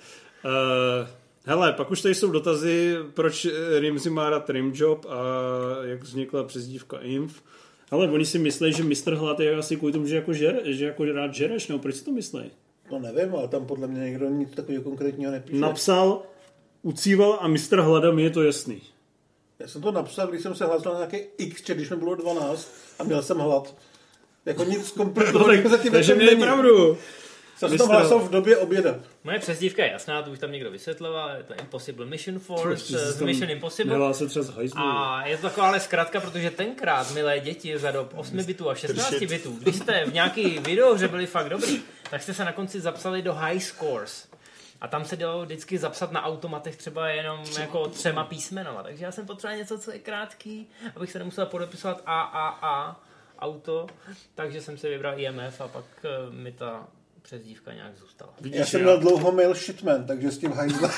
Speaker 2: Hele, pak už tady jsou dotazy, proč Rimzi má rád Rimjob a jak vznikla přezdívka Inf. Ale oni si myslí, že Mr. Hlad je asi kvůli tomu, že jako rád žereš, nebo proč si to myslí?
Speaker 3: No nevím, ale tam podle mě někdo nic takového konkrétního nepíše.
Speaker 2: Napsal, ucíval a Mr. Hlada, mi je to jasný.
Speaker 3: Já jsem to napsal, když jsem se hlásil na nějaký X, když mi bylo 12 a měl jsem hlad. Jako nic kompletního zatím
Speaker 2: takže měli pravdu.
Speaker 3: Jsem se tam hlásil v době oběda.
Speaker 4: Moje přezdívka je jasná, to už tam někdo vysvětloval, je to Impossible Mission Force z Mission Impossible.
Speaker 2: Se třeba z hajzlu.
Speaker 4: A je to taková ale zkratka, protože tenkrát, milé děti, za dob 8 bitů a 16 bitů, když jste v nějaký videohře byli fakt dobrý, tak jste se na konci zapsali do High Scores. A tam se dalo vždycky zapsat na automatech třeba jenom jako 3 písmenama. Takže já jsem potřeboval něco, co je krátký, abych se nemusel podepisovat AAA auto, takže jsem si vybral IMF a pak mi ta přezdívka nějak zůstala.
Speaker 3: Já jsem měl dlouho mail Shitman, takže s tím hajzlem.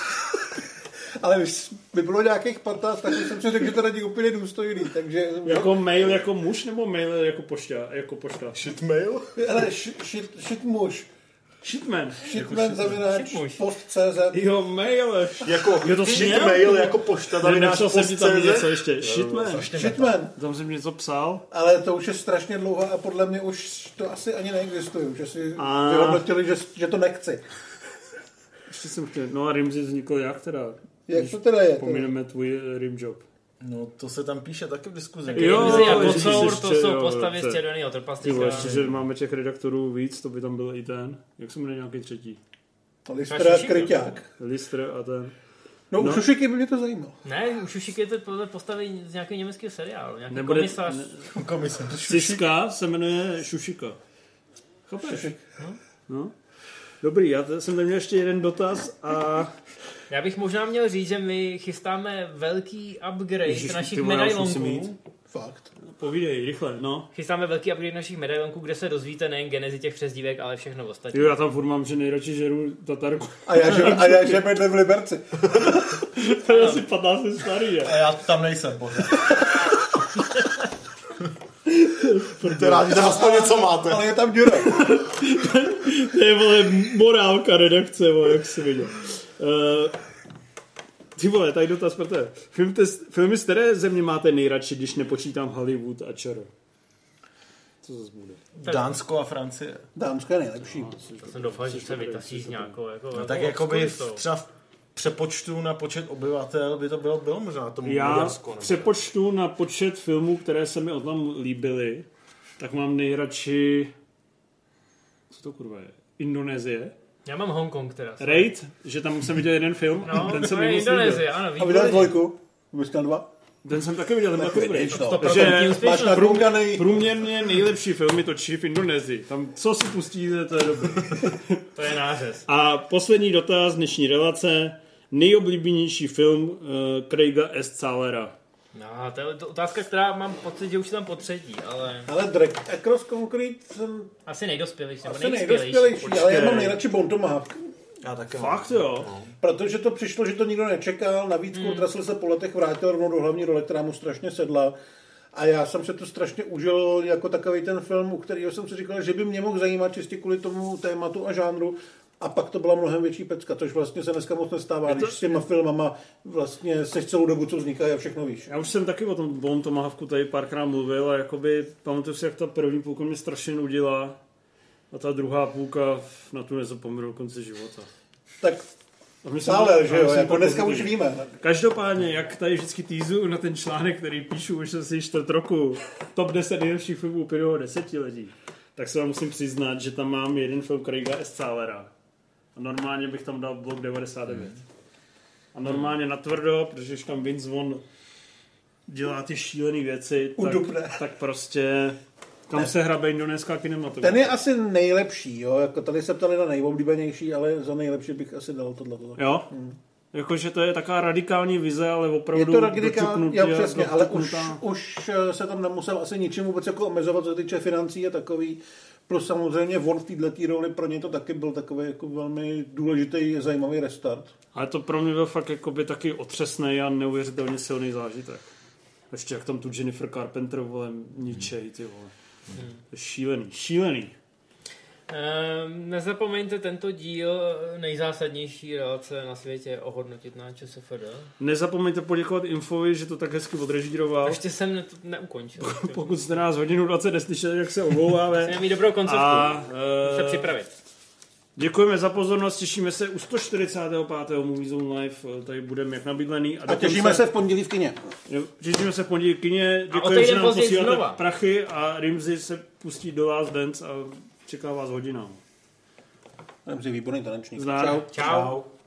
Speaker 3: Ale když by bylo nějakých 15, tak jsem si řekl, že to není úplně důstojný. Takže...
Speaker 2: Jako mail jako muž nebo mail jako pošta? Jako pošta.
Speaker 5: Shitmail?
Speaker 3: Ale shit muž.
Speaker 2: Shitman.
Speaker 3: Shitman zavináč post.cz.
Speaker 2: Jo, mail.
Speaker 5: Jako
Speaker 2: Je to
Speaker 5: shitmail jako pošta zavináč
Speaker 2: post.cz. Jsem ti tam něco ještě.
Speaker 3: Shitman.
Speaker 2: Tam jsem něco psal.
Speaker 3: Ale to už je strašně dlouho a podle mě už to asi ani neexistuje. Že si vyhodnotili, že to nechci.
Speaker 2: Ještě jsem chtěl. No a Rimzi vznikl jak teda?
Speaker 3: Jak to teda je?
Speaker 2: Pomineme tvůj Rimjob.
Speaker 5: No, to se tam píše taky v diskuzi.
Speaker 4: Rimzi a Kocour, to jsou postavy z Červeného trpaslíka.
Speaker 2: Ještě, že máme těch redaktorů víc, to by tam byl i ten. Jak se jmenuje nějaký třetí?
Speaker 3: Listr a Kryťák.
Speaker 2: Listr a ten.
Speaker 3: No, u Šušiky by mě to zajímalo.
Speaker 4: Ne, u Šušiky je to podle postavy z nějakého německého seriálu. Nějaký komisař.
Speaker 2: Siska se jmenuje Šušika. Chápeš? No. Dobrý, já jsem tam měl ještě jeden dotaz a...
Speaker 4: Já bych možná měl říct, že my chystáme velký upgrade našich medailonků.
Speaker 3: Fakt.
Speaker 2: Povídej, rychle, no.
Speaker 4: Chystáme velký upgrade našich medailonků, kde se dozvíte nejen genezi těch přezdívek, ale všechno ostatní.
Speaker 2: Jo, já tam furt mám, že nejradši žeru tatarku.
Speaker 3: A já že bydlím v Liberci.
Speaker 2: To je asi 15 let starý, je.
Speaker 5: A já tam nejsem, pořád. To je rád, že tam aspoň něco máte.
Speaker 3: Ale je tam díra.
Speaker 2: To je, vole, morálka redakce, vole, jak jsi viděl. Ty vole, tady dotaz pro tebe. Filmy z které země máte nejradši, když nepočítám Hollywood a ČR? Co zase bude?
Speaker 5: Dánsko a Francie.
Speaker 3: Dánsko je nejlepší.
Speaker 4: To jsem doufal, že se vytasíš nějakou jako...
Speaker 5: No, tak jakoby třeba v přepočtu na počet obyvatel by to bylo možná tomu Maďarsko.
Speaker 2: Já v přepočtu na počet filmů, které se mi od tam líbily, tak mám nejradši... Co to kurva je? Indonésie.
Speaker 4: Já mám Hongkong teda.
Speaker 2: Raid, že tam jsem viděl jeden film.
Speaker 4: No,
Speaker 2: ten
Speaker 4: to
Speaker 2: jsem
Speaker 4: je Indonésie, ano.
Speaker 3: A vydal dvojku? Vůbec 2?
Speaker 2: Ten jsem taky viděl, ten byl dobrý.
Speaker 3: Máš nadrunganý.
Speaker 2: Průměrně nejlepší filmy točí v Indonésii. Tam co si pustíte, to je dobrý.
Speaker 4: To je nářez.
Speaker 2: A poslední dotaz dnešní relace. Nejoblíbenější film Craiga S. Salera.
Speaker 4: No, to je otázka, která mám pocit, že už je tam po třetí, ale...
Speaker 3: Ale Drag Across Concrete jsem...
Speaker 4: Asi nejdospělejší, nebo
Speaker 3: Asi nejdospělejší, ale já mám nejradši Bon Tomahawk.
Speaker 5: Já taky.
Speaker 2: Fakt jo?
Speaker 5: No.
Speaker 3: Protože to přišlo, že to nikdo nečekal, navíc Kurt Russell se po letech vrátil rovnou do hlavní role, která mu strašně sedla. A já jsem se to strašně užil jako takový ten film, u kterého jsem si říkal, že by mě mohl zajímat čistě kvůli tomu tématu a žánru. A pak to byla mnohem větší pecka, což vlastně se dneska moc nestává, když s těma filmama vlastně seš celou dobu, co vznikají a všechno víš.
Speaker 2: Já už jsem taky o tom Bon Tomahawku tady párkrát mluvil a jakoby pamatuju si, jak ta první půlka mě strašně nudila a ta druhá půlka na tu nezapomenu do konce života.
Speaker 3: Tak Stále, že jo, jako dneska už víme.
Speaker 2: Každopádně, jak tady vždycky týzu na ten článek, který píšu už asi 4 roku, top 10 nejlepších filmů uplynulého desetiletí, tak se vám musím přiznat, že tam mám jeden film Craiga S. Salera. A normálně bych tam dal Blok 99. A normálně natvrdo, protože už tam Vince Vaughn dělá ty šílené věci, tak prostě kam se hrabe indonéská kinematografie.
Speaker 3: Ten je asi nejlepší, jo, jako tady se ptali na nejoblíbenější, ale za nejlepší bych asi dal tohleto.
Speaker 2: Jo? Jakože to je taková radikální vize, ale opravdu
Speaker 3: je to radikální, jo, přesně, ale už se tam nemusel asi ničím vůbec jako omezovat, co se týče financí a takový. Plus samozřejmě Vaughn v této roli pro něj to taky byl takový jako velmi důležitý, zajímavý restart. Ale
Speaker 2: to pro mě byl fakt jakoby taky otřesný a neuvěřitelně silný zážitek. Ještě jak tam tu Jennifer Carpenter, vole, ničej, ty vole. To je šílený.
Speaker 4: Nezapomeňte tento díl nejzásadnější relace na světě ohodnotit na ČSFD.
Speaker 2: Nezapomeňte poděkovat Infovi, že to tak hezky odrežíroval.
Speaker 4: Ještě jsem to neukončil.
Speaker 2: Pokud jste nás hodinu 20 neslyšeli, jak se omlouváme.
Speaker 4: Musíme mít dobrou konceptu. Se připravit.
Speaker 2: Děkujeme za pozornost, těšíme se u 145. Movie Zone Live, tady budeme jak nabydlený.
Speaker 3: A těšíme se v pondělí v kině.
Speaker 2: Těšíme se v pondělí v kině, děkujeme, že nám posíláte prachy a Rimzy se pustí do Last Dance a čeká vás hodina.
Speaker 3: Rimzy, výborný tanečník.
Speaker 2: Čau.